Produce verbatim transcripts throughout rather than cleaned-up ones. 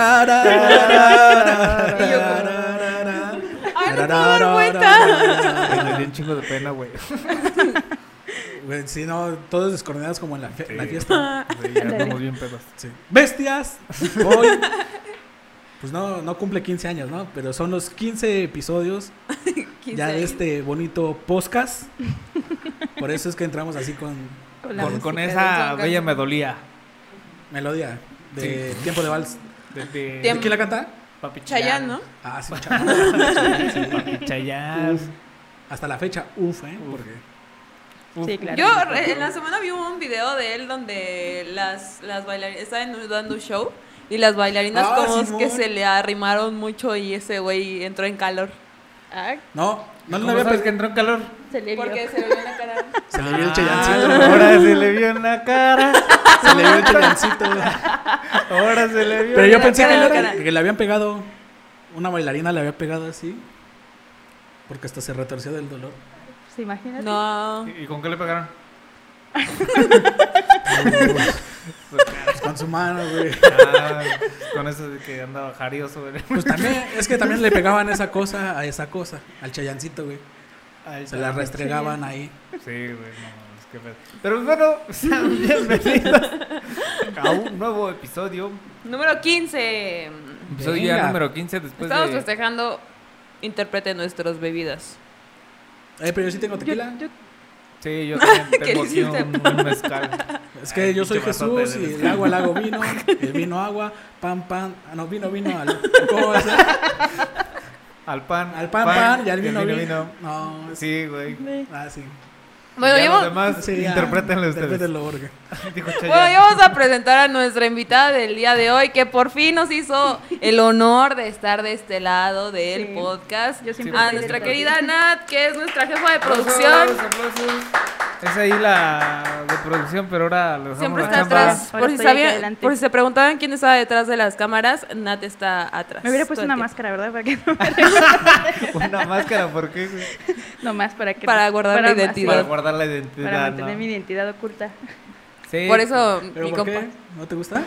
Ay, no puedo dar vuelta. Me dio un chingo de pena, güey. Sí, no, todos descoordinados como en la, fe- Sí. la fiesta. Sí, ya andamos bien pedos. Sí. Bestias, hoy, pues no, no cumple quince años, ¿no? Pero son los quince episodios quince ya de años. este bonito podcast. Por eso es que entramos así con Con la Con, música con de esa Son bella Cans. me dolía. melodía de Tiempo de Vals. De, de, ¿De Tiempo. quién la canta? Papi Chayanne, ¿no? Ah, sí, Chayanne. Sí, Papi Chayanne. hasta la fecha, uf, ¿eh? Porque Uf. Sí, claro. Yo re- en la semana vi un video de él donde las, las bailarinas estaban dando un show y las bailarinas Ah, como Simón. que se le arrimaron mucho y ese güey entró en calor. Ah, no, no le ¿Cómo había sabes pe- que entró en calor? se le vio. Porque se le vio en la cara. Se le vio el Ah, Chayancito. ahora se le vio en la cara. Se le vio el Chayancito. Ahora se le vio Pero en yo la pensé que, cara, no la era- cara. que le habían pegado. Una bailarina le había pegado así. Porque hasta se retorció del dolor. ¿Se imagina? No. ¿Y con qué le pegaron? Pues con su mano, güey. Ah, con eso de que andaba jarioso, güey. Pues también, es que también le pegaban esa cosa a esa cosa, al Chayancito, güey. Se la restregaban ahí. Sí, güey, no mames, qué pedo. Pero bueno, sean bienvenidos a un nuevo episodio. Número quince. Episodio Venga. ya número quince después Estamos de... festejando. Interprete nuestras bebidas. Eh, pero yo sí tengo Yo, tequila. yo, Sí, yo también ¿Qué tengo aquí hiciste? un, un mezcal. Es que Ay, yo soy pinche vasote Jesús de y el mezcal. agua al hago vino, el vino agua, pan, pan. Ah, no, vino, vino al. ¿Cómo va a ser? Al pan. Al pan, pan, y al vino, vino, vino. No, es- Sí, güey. Ah, sí. Bueno, Ya ya, los vamos- demás, Sí, ya. interprétenlo ustedes. Interprétenlo, porque- Dijo bueno, Chayanne. ya vamos a presentar a nuestra invitada del día de hoy, que por fin nos hizo el honor de estar de este lado del Sí. podcast. Yo siempre A estoy nuestra del querida Nat, que es nuestra jefa de Aplausos, producción. aplausos. Es ahí la de producción, pero ahora le dejamos Siempre la está chamba. atrás. Ahora Por si, estoy aquí sabían- adelante. por si se preguntaban quién estaba detrás de las cámaras, Nat está atrás. me hubiera puesto todo el una tiempo. máscara, ¿verdad? Para que no, Una máscara, ¿por qué, güey? no más, para que Para guardar la identidad. Para guardar la identidad, Para mantener ¿no? mi identidad oculta. Sí. Por eso, ¿Pero mi por compa. qué? ¿No te gusta?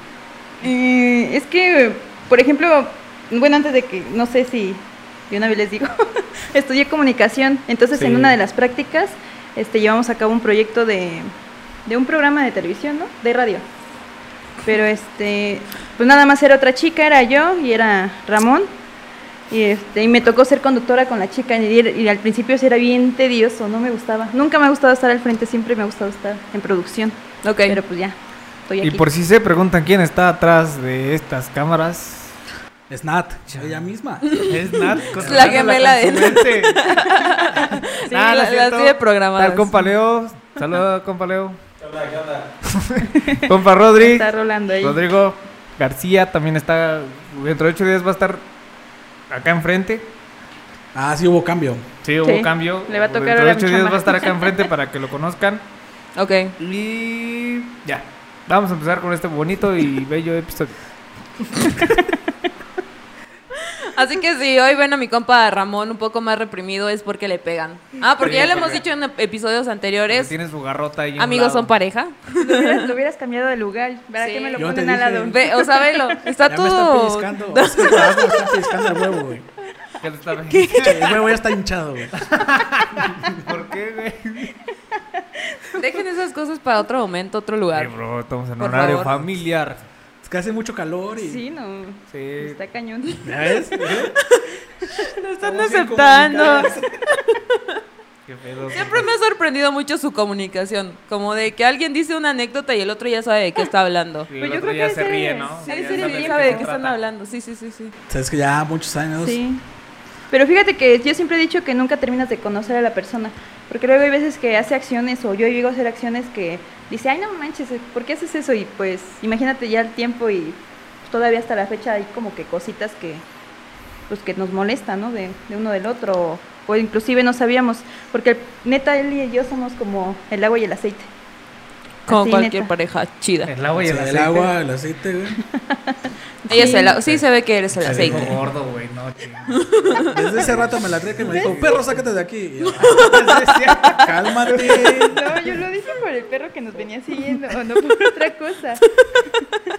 Eh, es que, por ejemplo, bueno, antes de que, no sé si de una vez les digo, estudié comunicación, entonces Sí. en una de las prácticas este, llevamos a cabo un proyecto de, de un programa de televisión, ¿no? De radio. Pero este, pues nada más era otra chica, era yo y era Ramón. Y, este, y me tocó ser conductora con la chica y, y al principio sí era bien tedioso, no me gustaba. Nunca me ha gustado estar al frente, siempre me ha gustado estar en producción. Ok. Pero pues ya, estoy aquí. Y por si se preguntan quién está atrás de estas cámaras, Es Nat, ella misma. es Nat. Es la gemela de- con su mente. Sí, Ah, no la, es la cierto. tiene programadas. Tal compa Leo. Saludos, compa Leo. Compa Rodri. Está rolando ahí. Rodrigo García también está. Dentro de ocho días va a estar acá enfrente. Ah, sí hubo cambio. Sí, hubo Sí, cambio. le va a tocar Dentro de ahora ocho mi días chamba. va a estar acá enfrente para que lo conozcan. Ok. Y ya. Vamos a empezar con este bonito y bello episodio. Así que si hoy ven a mi compa Ramón un poco más reprimido es porque le pegan. Ah, porque Sí, ya le hemos porque- dicho en episodios Porque anteriores, tiene su garrota ahí. a un amigos lado. son pareja. Lo hubieras, lo hubieras cambiado de lugar. ¿Verdad Sí. que me lo Yo ponen te al dije. lado? Ve, o sea, velo, está Ya me está todo... pellizcando. Es que me está pellizcando el huevo, güey. ¿Qué te está El huevo ya está hinchado, güey. ¿Por qué, güey? Dejen esas cosas para otro momento, otro Ay, lugar. bro, estamos en Por horario favor. familiar. Es que hace mucho calor y. Sí, no. Sí. Está cañón. ¿Ya ves? No están Estamos bien aceptando. comunicadas. Qué pedo. Siempre me ha sorprendido mucho su comunicación. Como de que alguien dice una anécdota y el otro ya sabe de qué está hablando. Y el Pues yo otro creo ya que se ese- ríe, ¿no? sí, Ya Sí, ese sí, sabe sí, sí, de sabe qué de se qué están trata. hablando. Sí, sí, sí, sí. Sabes que ya muchos años. Sí. Pero fíjate que yo siempre he dicho que nunca terminas de conocer a la persona. Porque luego hay veces que hace acciones o yo llego a hacer acciones que dice, ay, no manches, ¿por qué haces eso? Y pues imagínate ya el tiempo y todavía hasta la fecha hay como que cositas que pues que nos molestan, ¿no? De, de uno del otro. O, o inclusive no sabíamos. Porque neta, él y yo somos como el agua y el aceite. Como Así, cualquier neta. pareja chida. El agua y O el sea, aceite. el agua, el aceite, güey. Ella es el, sí se ve que eres el Se aceite. dijo. Gordo, güey, no, chingo. Desde ese rato me la trae que me dijo, perro, sácate de aquí. Y yo, cálmate. No, yo lo dije por el perro que nos venía siguiendo, o no por otra cosa.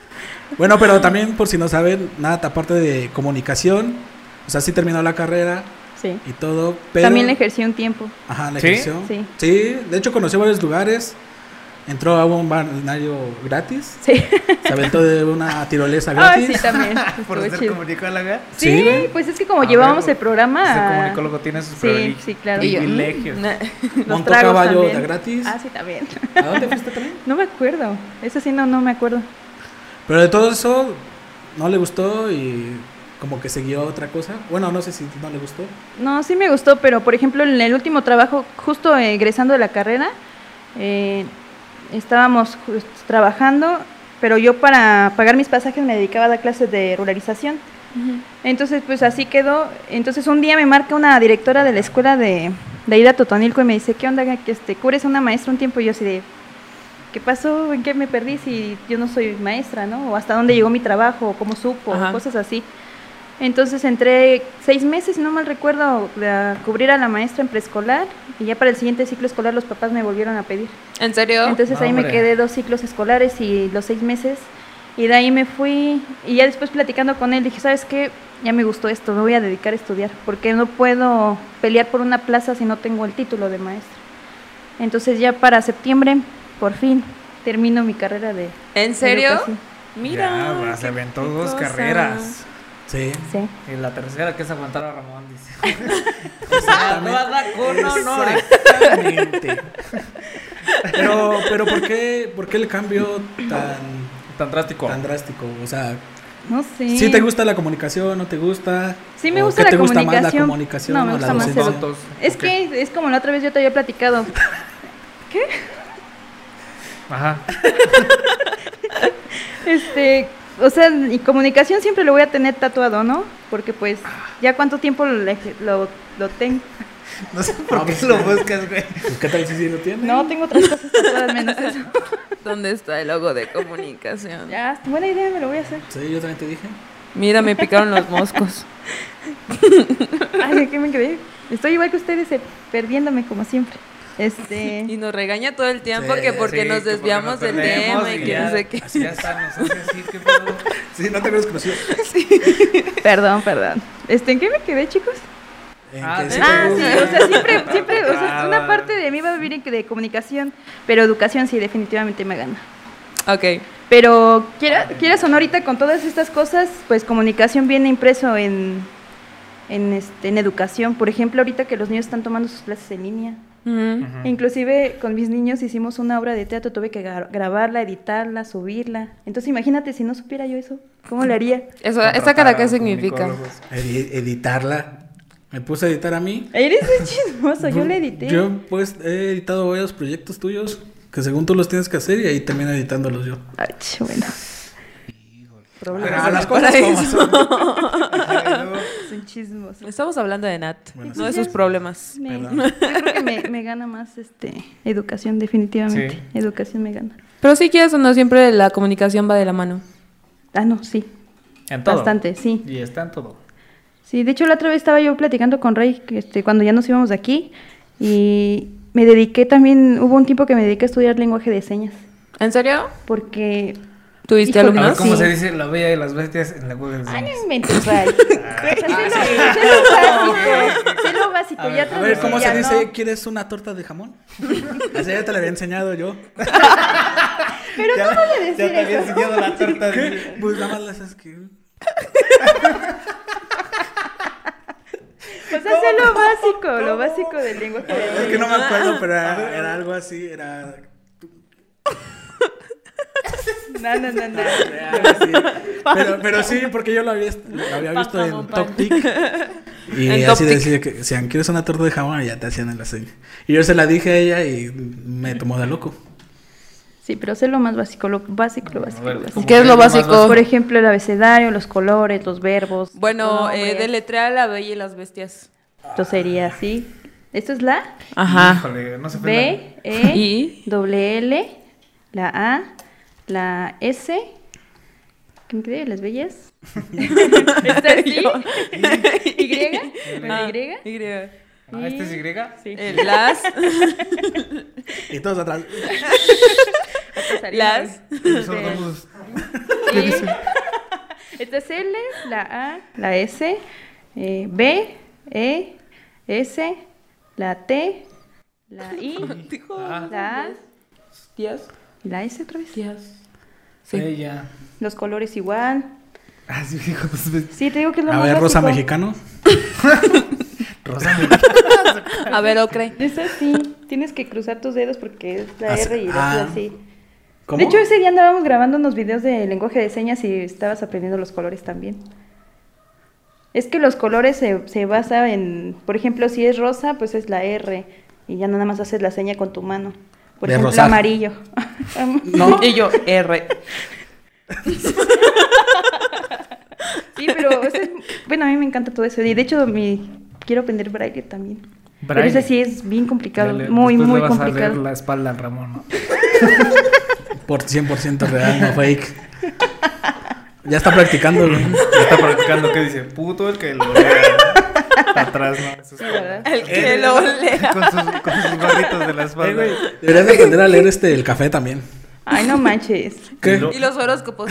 Bueno, pero también, por si no saben, nada, aparte de comunicación, o sea, sí terminó la carrera Sí. y todo, pero... También la ejercí un tiempo. Ajá, la ¿Sí? ejerció. Sí. Sí, de hecho conoció varios lugares, entró a un balneario gratis, Sí. se aventó de una tirolesa Ah, gratis. sí, también. Por Estuvo ser chido. comunicóloga. Sí, Sí, güey. pues es que como A llevábamos ver, el programa... Ser comunicólogo tiene sus Sí, privilegios. sí, claro. Y yo, Privilegios. na- Los Montó tragos caballo también. de gratis. Ah, sí, también. ¿A dónde fuiste también? No me acuerdo. Eso sí, no, no me acuerdo. Pero de todo eso no le gustó y como que siguió otra cosa. Bueno, no sé si no le gustó. No, sí me gustó, pero por ejemplo en el último trabajo, justo eh, egresando de la carrera, eh, estábamos jus- trabajando, pero yo para pagar mis pasajes me dedicaba a dar clases de ruralización. Entonces, pues así quedó. Entonces un día me marca una directora de la escuela de, de Aida Totonilco y me dice, ¿qué onda? Que este, ¿cubres una maestra un tiempo? Y yo así de, ¿qué pasó? ¿En qué me perdí si yo no soy maestra, no? O hasta dónde llegó mi trabajo, o cómo supo, Ajá. cosas así. Entonces entré seis meses, si no mal recuerdo, a cubrir a la maestra en preescolar y ya para el siguiente ciclo escolar los papás me volvieron a pedir. ¿En serio? Entonces ahí me Hombre. quedé dos ciclos escolares y los seis meses y de ahí me fui y ya después platicando con él dije, ¿sabes qué? Ya me gustó esto, me voy a dedicar a estudiar porque no puedo pelear por una plaza si no tengo el título de maestra. Entonces ya para septiembre, por fin, termino mi carrera de ¿En serio? educación. Mira. Ya, pues, se qué- aventó qué dos cosa. carreras. Sí. Sí. Y la tercera que es aguantar a Ramón, dice. Exactamente. con honores. Exactamente. Pero, pero ¿por qué, por qué el cambio tan, Tan drástico. tan drástico? O sea, No sé. ¿sí te gusta la comunicación? ¿No te gusta? Sí me ¿O gusta qué la te gusta comunicación. más, la comunicación No, me o gusta la más docencia? el- Fotos. Es Ok. que es como la otra vez yo te había platicado. Ajá. Este, o sea, y comunicación siempre lo voy a tener tatuado, ¿no? Porque pues, ya cuánto tiempo lo, lo, lo tengo. No sé por No, qué pues, lo buscas, güey. Pues, ¿qué tal si sí lo tiene? No, tengo otras cosas tatuadas menos eso. ¿Dónde está el logo de comunicación? Ya, buena idea, me lo voy a hacer. Sí, yo también te dije. Mira, me picaron los moscos. Ay, ¿de qué me quedé? Estoy igual que ustedes, eh, perdiéndome como siempre. Este, Y nos regaña todo el tiempo Sí, que porque Sí, nos que desviamos porque del nos perdemos tema y y que ya- no sé qué. Así Ya está, nos hace así, ¿qué pedo? Sí, no te habías conocido. perdón, perdón. Este, ¿en qué me quedé, chicos? En Ah, que sí sí te Ah, te sí, gusta. o sea, siempre, siempre, o sea, Ah, una vale. parte de mí va a vivir en que de comunicación, pero educación sí, definitivamente me gana. Ok. Pero quiera, quieras o no, ahorita con todas estas cosas, pues comunicación viene impreso en, en, este, en educación. Por ejemplo, ahorita que los niños están tomando sus clases en línea. Ujú. Inclusive con mis niños hicimos una obra de teatro, tuve que gra- grabarla, editarla, subirla. Entonces imagínate si no supiera yo eso, ¿cómo le haría? Eso, ¿esta cara qué significa? Edi- editarla. Me puse a editar a mí. Eres un chismoso, yo la edité. Yo pues he editado varios proyectos tuyos que según tú los tienes que hacer y ahí termino editándolos yo. Ay, ch, bueno. Pero Problemas. las para cosas como eso. son. Son chismosos. Estamos hablando de Nat, Bueno, no de sí. sus problemas. Me- Perdón. yo creo que me, me gana más este educación, definitivamente. Sí. Educación me gana. Pero si quieres o no, siempre la comunicación va de la mano. Ah, no, sí. En todo. Bastante, sí. Y está en todo. Sí, de hecho la otra vez estaba yo platicando con Rey, que, este, cuando ya nos íbamos de aquí, y me dediqué también, hubo un tiempo que me dediqué a estudiar lenguaje de señas, ¿En serio? porque... ¿Tuviste Híjole, A ver alumnos? cómo Sí. se dice la bella y las bestias en la web de Ay, no señas. inventes, Ray. O sea, sé lo, sé lo básico, sé lo básico, A ya ver, A ver, ¿cómo se traducir ya dice? no. ¿Quieres una torta de jamón? Así ya te la había enseñado yo. Pero ¿cómo le decir Ya te había eso? enseñado la torta. de- Pues nada más las es que... O sea, sé lo básico, lo básico del lenguaje de Es señas. que no me acuerdo, pero era, era algo así, era... No, no, no, no. era así. Pero, pero sí, porque yo lo había, lo había visto en TokTik. Y En así TokTik. decía que si quieres una torta de jamón, ya te hacían en la seña. Y yo se la dije a ella y me tomó de loco. Sí, pero sé lo más básico, lo básico, lo básico, A ver, lo básico. ¿Qué es lo básico? Por ejemplo, el abecedario, los colores, los verbos. Bueno, los eh, nombres. deletrea la bella y las bestias. Esto sería así. Esto es la Ajá. Híjole, no se ofendan. B, E, Y doble L, la A, la S. ¿Qué me quedé? ¿Las bellas? ¿Esta es I? ¿Y? Ah, ¿Y? Y. Ah, ¿este es Y? Sí. El las. Y todos atrás. Las. Sordomudos. Y esta es L, la A, la S, eh, B, E, S, la T, la I, Dijo. Ah. la A Tías. y la S otra vez. Tías. Sí, Sí. ya. Los colores igual. Ah, sí, hijo, dos veces. Sí, te digo que es lo A más ver, rosa básico. mexicano. Rosa. A ver, ocre. Es así, tienes que cruzar tus dedos porque es la Así- R y ah. es así. ¿Cómo? De hecho, ese día andábamos grabando unos videos de lenguaje de señas y estabas aprendiendo los colores también. Es que los colores se, se basan en, por ejemplo, si es rosa, pues es la R y ya nada más haces la seña con tu mano. Por De ejemplo, rosar. amarillo. No. Y yo, R. Sí, pero o sea, es- bueno, a mí me encanta todo eso. Y de hecho, mi, quiero aprender braille también. Pero ese sí es bien complicado, Dale, muy, después muy le vas a complicado. leer la espalda al Ramón, ¿no? Por cien por ciento real, no fake. Ya está practicando, güey. Ya está practicando, ¿qué dice? Puto el que lo lea. Atrás, ¿no? Eso es Sí, ¿verdad? El que lo lea. Con sus, con sus barritos de la Eh, espalda. güey, deberías de aprender a leer este el café también. Ay, no manches. ¿Qué? lo- Y los horóscopos.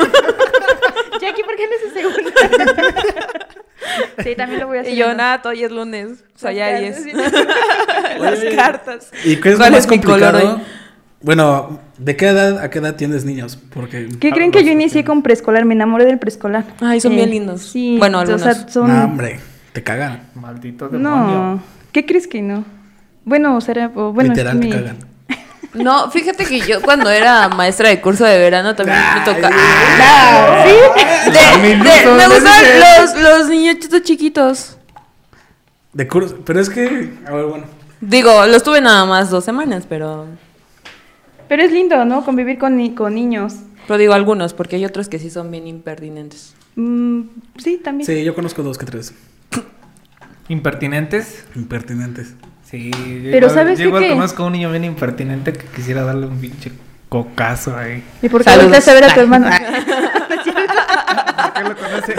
Jackie, ¿por qué no es segunda? Sí, también lo voy a hacer. Y yo, ¿no? nada, hoy es lunes. Soy Las Aries. cartas, sí. Las Oye, cartas. ¿Y qué es lo ¿Cuál más es mi color complicado? hoy? Bueno, ¿de qué edad a qué edad tienes niños? Porque ¿Qué creen que yo inicié con preescolar? Me enamoré del preescolar. Ay, son bien lindos. Sí, Bueno, o sea, algunos. son... no, hombre, te cagan. Maldito demonio. No, ¿qué crees que no? Bueno, o sea, o bueno, Literal es te mi- cagan. No, fíjate que yo cuando era maestra de curso de verano también me tocaba. Ah, ¿sí? De- A mí no de- son me de gustan ese- los, los niñitos chiquitos. De curso, pero es que, a ver, bueno. Digo, los tuve nada más dos semanas, pero. Pero es lindo, ¿no? Convivir con, ni- con niños. Pero digo algunos, porque hay otros que sí son bien impertinentes. Mm, sí, también. Sí, yo conozco dos que tres ¿Impertinentes? impertinentes. Sí. Pero igual- ¿sabes yo qué? igual que- conozco a un niño bien impertinente que quisiera darle un pinche cocazo ahí. ¿Y por qué Saludos. volteas a ver a tu hermano? ¿Por qué lo conoce?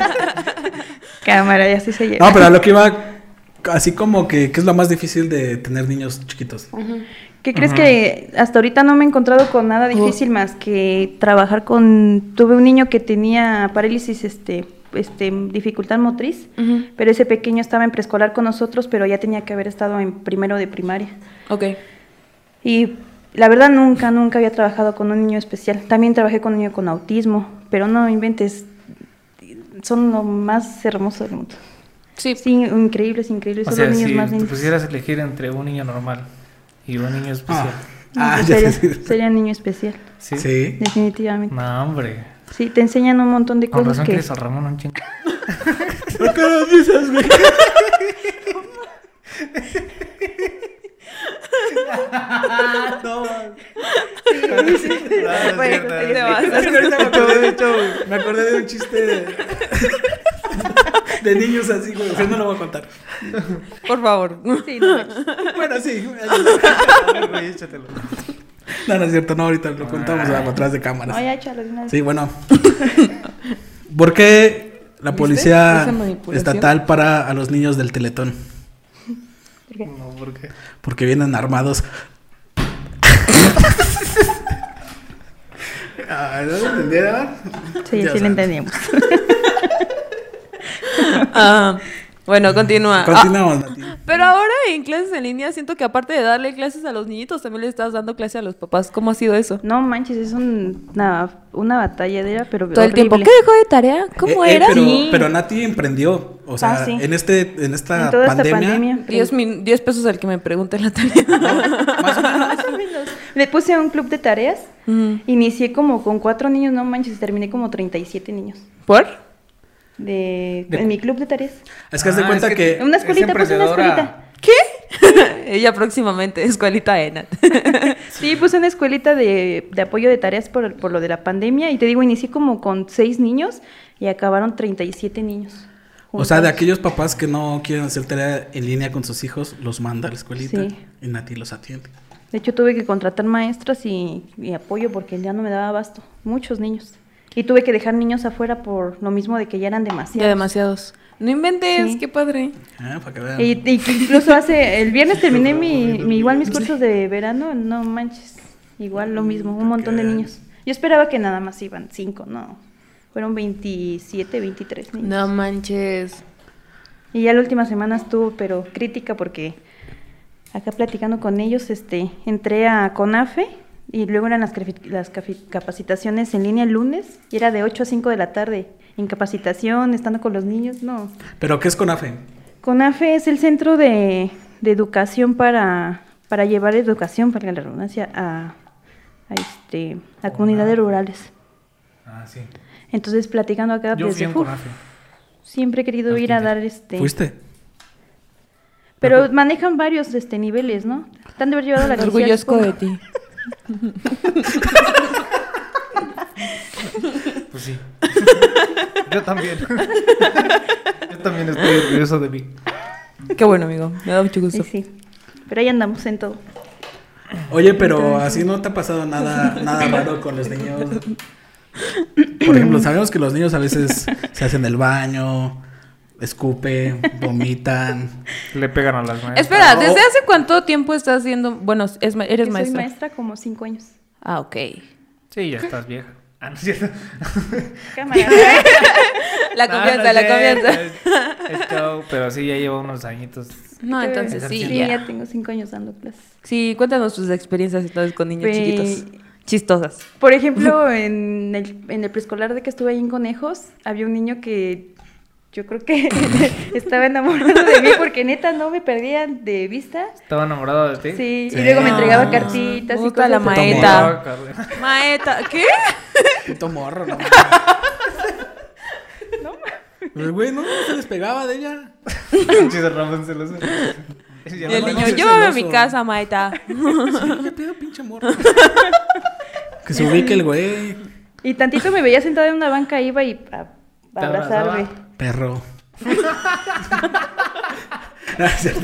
Cámara, ya sí se llega. No, pero a lo que iba, así como que, ¿qué es lo más difícil de tener niños chiquitos? ¿Qué crees Ajá. que hasta ahorita no me he encontrado con nada difícil más que trabajar con... Tuve un niño que tenía parálisis, este, este, dificultad motriz, Ujú. pero ese pequeño estaba en preescolar con nosotros, pero ya tenía que haber estado en primero de primaria. Ok. Y la verdad nunca, nunca había trabajado con un niño especial. También trabajé con un niño con autismo, pero no inventes, son lo más hermoso del mundo. Sí. Sí, increíbles, increíbles, O son sea, los niños si más te lindos. pusieras a elegir entre un niño normal y un niño especial. No, Ah, pues ya sería, sé. sería niño especial, ¿Sí? Sí. definitivamente. No, hombre. Sí, te enseñan un montón de Con cosas razón que... quieres al Ramón un chingo. ¿Por qué no dices, güey? No, Bueno, te vas. es que ahorita me acordé, de hecho, me acordé de un chiste de, de niños así, güey. O sea, no lo voy a contar. Por favor. Sí, no, Bueno, sí. A ver, güey, échatelo. No, no es cierto, no, ahorita lo contamos atrás de cámaras. no, ya échalo de una vez. Sí, bueno. ¿Por qué la ¿Viste? policía Esa manipulación. estatal para a los niños del Teletón? ¿Por qué? No, ¿por qué? Porque vienen armados. Ah, ¿no lo entendieron? Sí, Ya sí lo saben. entendimos. Ah, bueno, continúa. Ah, Continuamos, Nati. pero ahora en clases en línea siento que aparte de darle clases a los niñitos, también le estás dando clase a los papás. ¿Cómo ha sido eso? No manches, es un- una, una batalladera, pero Todo el horrible. tiempo. ¿Qué dejó de tarea? ¿Cómo Eh, eh, era? pero, Sí. pero Nati emprendió. O sea, Ah, sí. en este, en esta En toda esta pandemia. pandemia. Diez, min- diez pesos al que me pregunte la tarea. Más o menos. Más o menos. Le puse un club de tareas. Ujú. Inicié como con cuatro niños, no manches, terminé como treinta y siete niños. ¿Por? De, De- en mi club de tareas. Es que haz de Ah, cuenta es que. Una escuelita, puse una emprendedora. escuelita. Ella próximamente, escuelita ENAT. Sí, puse una escuelita de, de apoyo de tareas por, por lo de la pandemia. Y te digo, inicié como con seis niños y acabaron treinta y siete niños. O sea, de juntados. aquellos papás que no quieren hacer tarea en línea con sus hijos, los manda a la escuelita Sí. y Nati los atiende. De hecho, tuve que contratar maestras y, y apoyo porque ya no me daba abasto. Muchos niños. Y tuve que dejar niños afuera por lo mismo de que ya eran Ya demasiados. demasiados. No inventes, Sí. qué padre. Ah, para que vean. Y, y que incluso hace, el viernes terminé mi, mi- igual mis cursos de verano, no manches. igual lo mismo, un montón de niños. Yo esperaba que nada más iban cinco, no. Fueron veintisiete, veintitrés niños. No manches. Y ya la última semana estuvo, pero crítica porque acá platicando con ellos, este, entré a CONAFE y luego eran las, las capacitaciones en línea el lunes y era de ocho a cinco de la tarde. En capacitación, estando con los niños, no. ¿Pero qué es CONAFE? CONAFE es el centro de, de educación para, para llevar educación, para la redundancia, a, a, este, a comunidades rurales. Ah, sí. Entonces, platicando acá, Yo desde, fui en uf, CONAFE. siempre he querido Al ir a kinder. dar este... ¿Fuiste? Pero Ajá. manejan varios este niveles, ¿no? Te han de haber llevado a la García, Orgulloso supongo. de ti. Pues sí. Yo también. Yo también estoy orgulloso de mí. Qué bueno, amigo. Me da mucho gusto. Sí, sí. Pero ahí andamos en todo. Oye, pero así no te ha pasado nada, nada raro con los niños. Por ejemplo, sabemos que los niños a veces se hacen el baño, escupen, vomitan. Le pegan a las maestras. Espera, Oh. ¿desde hace cuánto tiempo estás haciendo? Bueno, es, ma- eres Que maestra. Soy maestra como cinco años. Ah, ok. Sí, ya estás vieja. Ah, no es cierto. Cámara. La No, confianza, no es la cierto, confianza. Es, es show, pero sí, ya llevo unos añitos. No, entonces sí, Sí, ya. ya tengo cinco años dando clases. Sí, cuéntanos tus experiencias entonces con niños Pues, chiquitos. Chistosas. Por ejemplo, en el, en el preescolar de que estuve ahí en Conejos, había un niño que yo creo que estaba enamorado de mí porque neta no me perdía de vista. ¿Estaba enamorado de ti? Sí, Sí. y luego me entregaba Ah, cartitas y puta cosas la así. maeta. Ah, cabrón. Maeta, ¿qué? Puto morro, no. Pues, güey, no, se despegaba de ella. Pinches Ramón celoso. Ese ya Y el no- niño, no, sí, llévame a celoso. mi casa, Maeta. Sí, ¿qué pedo, pinche morro? Que se ubique el güey. Y tantito me veía sentada en una banca, iba y a, a ¿Te abrazaba? abrazarme. Perro. No, es cierto.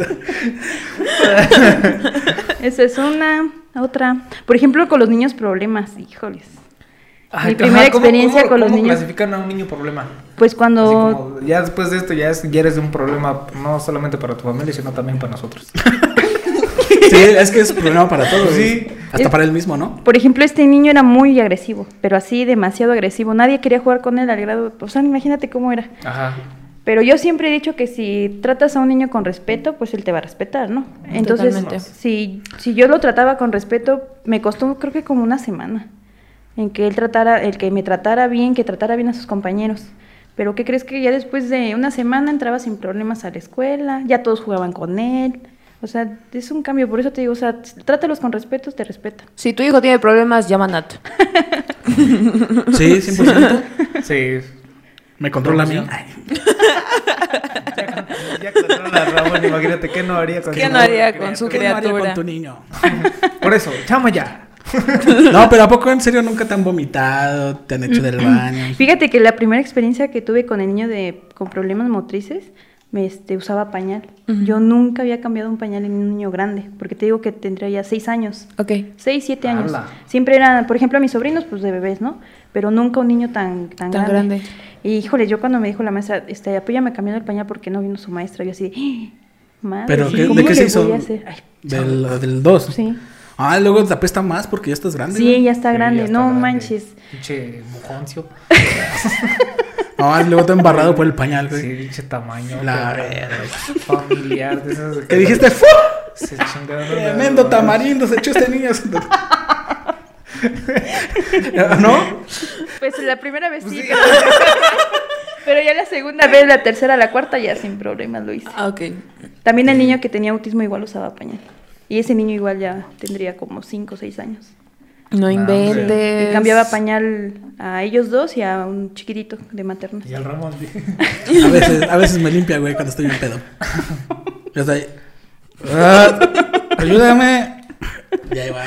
Esa es una. Otra. Por ejemplo, con los niños problemas, híjoles. Ay, Mi primera ¿cómo- experiencia cómo- con los ¿Cómo niños. clasifican a un niño problema? Pues Así cuando... como, ya después de esto ya, es- ya eres un problema no solamente para tu familia, sino también para nosotros. Sí, es que es problema para todos. Sí. Hasta Es- para él mismo, ¿no? Por ejemplo, este niño era muy agresivo, pero así demasiado agresivo. Nadie quería jugar con él al grado... O sea, imagínate cómo era. Ajá. Pero yo siempre he dicho que si tratas a un niño con respeto, pues él te va a respetar, ¿no? Entonces, Totalmente. si, si yo lo trataba con respeto, me costó creo que como una semana en que él tratara, el que me tratara bien, que tratara bien a sus compañeros. Pero ¿qué crees que ya después de una semana entraba sin problemas a la escuela, ya todos jugaban con él? O sea, es un cambio, por eso te digo, o sea, trátalos con respeto, te respetan. Si tu hijo tiene problemas, llama a Nat. Sí, cien por ciento. Sí. Me controla a mí. Promoción. Ya controla a Ramón, imagínate qué no haría con ¿Qué su- no haría con su ¿Qué no haría criatura? con tu niño? Por eso, chama ya. No, pero ¿a poco en serio nunca te han vomitado? ¿Te han hecho del baño? Fíjate que la primera experiencia que tuve con el niño de con problemas motrices, me este, usaba pañal. Ujú. Yo nunca había cambiado un pañal en un niño grande, porque te digo que tendría ya seis años. Ok. Seis, siete años. ¡Hala! Siempre eran, por ejemplo, a mis sobrinos, pues de bebés, ¿no? Pero nunca un niño tan, tan, Tan grande. grande. Y híjole, yo cuando me dijo la maestra, este, apóyame a cambiar el pañal porque no vino su maestra, yo así, ¡ah! Madre, ¿Pero qué- ¿cómo de qué le se hizo? voy a hacer? Ay, Del, del dos. sí. Ah, luego te apesta más porque ya estás grande. Sí, ¿no? ya está Sí, grande, ya está no grande. manches. Pinche mojoncio. Ah, luego te he embarrado por el pañal, güey. Sí, pinche tamaño. La pero verga. Familiar. De esas Que dijiste, ¡fu! Se chingaron. Tremendo tamarindo se echó este niño. ¿No? Pues la primera vez Pues sí, sí. pero... pero ya la segunda vez, la tercera, la cuarta ya sin problemas lo hice. Ah, ok. También el niño que tenía autismo igual usaba pañal. Y ese niño igual ya tendría como cinco o seis años. No inventes. Y cambiaba pañal a ellos dos y a un chiquitito de materna. Y al Ramón. A veces, a veces me limpia, güey, cuando estoy en pedo. Ya está ahí. Ah, ayúdame. Y ahí va.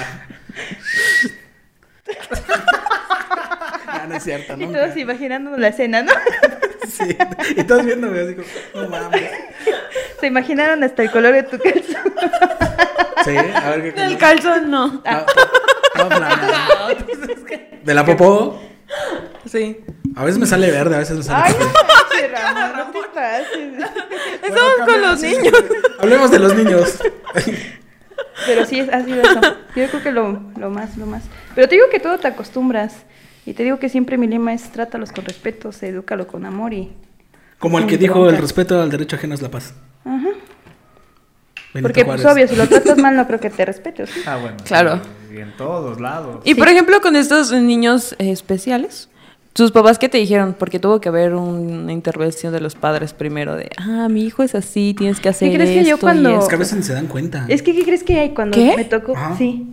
Ah, no es cierto, Y ¿no? todos imaginándonos la escena, ¿no? Sí. Y todos viendo, güey, así como, no mames. Se imaginaron hasta el color de tu calzón. Sí, a ver qué Del color. calzón, no. No, no, no, no. De la popó. Sí. A veces me sale verde, a veces me sale Ay, café. no manches, Ramón, no te pases. Estamos con los niños. Hablemos de los niños. Pero sí, ha sido eso. Yo creo que lo, lo más, lo más. Pero te digo que todo te acostumbras. Y te digo que siempre mi lema es trátalos con respeto, edúcalo con amor y... Como el que sin dijo, bronca. el respeto al derecho ajeno es la paz. Ajá. Benito Porque, Juárez. pues, obvio, si lo tratas mal, no creo que te respete, ¿o sí? Ah, bueno. Claro. sí, Y en todos lados. Y Sí. por ejemplo, con estos niños eh, especiales, tus papás, ¿qué te dijeron? Porque tuvo que haber una intervención de los padres primero de, ah, mi hijo es así, tienes que hacer ¿Qué crees que yo esto y cuando- esto". Es que a veces ni se dan cuenta. Es que, ¿qué crees que hay cuando ¿Qué? me tocó? Ajá. Sí.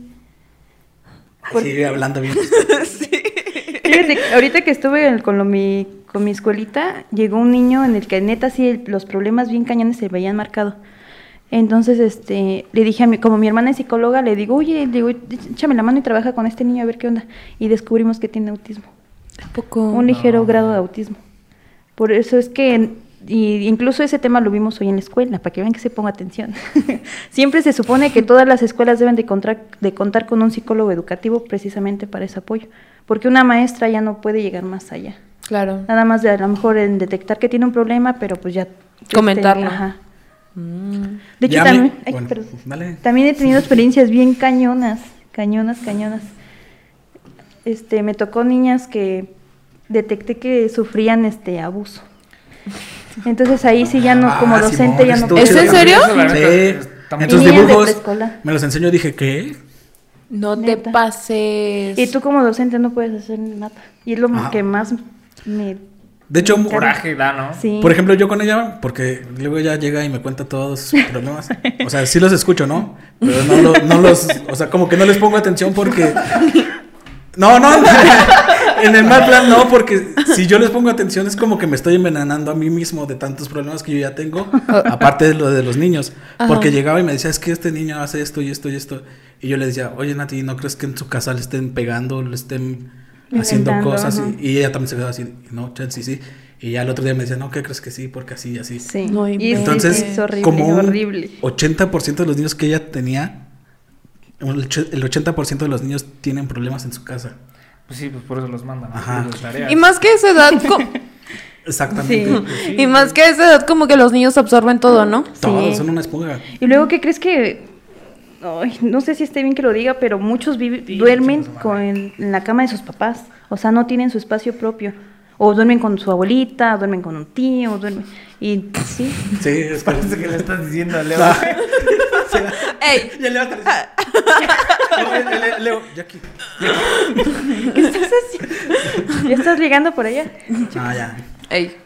Ay, sigue hablando bien. Fíjate, ahorita que estuve en- con, lo, mi, con mi escuelita, llegó un niño en el que neta sí el- los problemas bien cañones se veían marcados. Entonces, este, le dije a mi, como mi hermana es psicóloga, le digo, oye, le digo, échame la mano y trabaja con este niño a ver qué onda. Y descubrimos que tiene autismo, ¿A poco? un ligero No. grado de autismo. Por eso es que, y incluso ese tema lo vimos hoy en la escuela, para que vean que se ponga atención. Siempre se supone que todas las escuelas deben de contar, de contar con un psicólogo educativo precisamente para ese apoyo, porque una maestra ya no puede llegar más allá. Claro. Nada más de a lo mejor en detectar que tiene un problema, pero pues ya... Comentarlo. Este, ajá. Mm. De hecho, Ya me- también, ay, bueno, perdón. dale. También he tenido experiencias bien cañonas, cañonas, cañonas. Este, me tocó niñas que detecté que sufrían este abuso. Entonces ahí sí ya no, como Ah, docente Simón, ya no estuvo ¿Es chido. en serio? Eso, la neta, Sí. está muy En tus Y niñas de dibujos preescolar. me los enseñó y dije, ¿qué? No te Neta. pases. Y tú como docente no puedes hacer nada. Y es lo Ajá. que más me... De hecho, me coraje da, ¿no? Sí. por ejemplo, yo con ella, porque luego ella llega y me cuenta todos sus problemas. O sea, sí los escucho, ¿no? Pero no, lo- no los, o sea, como que no les pongo atención porque... No, no, en el mal plan no, porque si yo les pongo atención es como que me estoy envenenando a mí mismo de tantos problemas que yo ya tengo, aparte de lo de los niños. Porque Ajá. llegaba y me decía, es que este niño hace esto y esto y esto. Y yo le decía, oye Nati, ¿no crees que en su casa le estén pegando, le estén haciendo Inventando, cosas? ajá. Y, y ella también se quedaba así, no, chance, sí, sí. Y ya el otro día me decía, no, ¿qué crees que sí? Porque así y así. Sí. No y sí, Entonces, sí, es horrible, como un horrible. ochenta por ciento de los niños que ella tenía, el och- el ochenta por ciento de los niños tienen problemas en su casa. Pues sí, pues por eso los mandan. a Ajá. hacer las tareas. Y más que esa edad, co- Exactamente. Sí. y más que esa edad, como que los niños absorben todo, ¿no? Todos Sí. son una esponja. Y luego, ¿qué crees que...? Ay, no sé si esté bien que lo diga, pero muchos vivi- Sí, duermen chinga su con, madre. en la cama de sus papás. O sea, no tienen su espacio propio. O duermen con su abuelita, duermen con un tío, duermen... Y sí, Sí, es que... Parece que le estás diciendo a Leo. ¡Ey! Ya le va a estar diciendo. Leo, Leo, Leo, ya aquí. ¿qué estás haciendo? ¿Ya estás llegando por allá? Ah, ya. ¡Ey!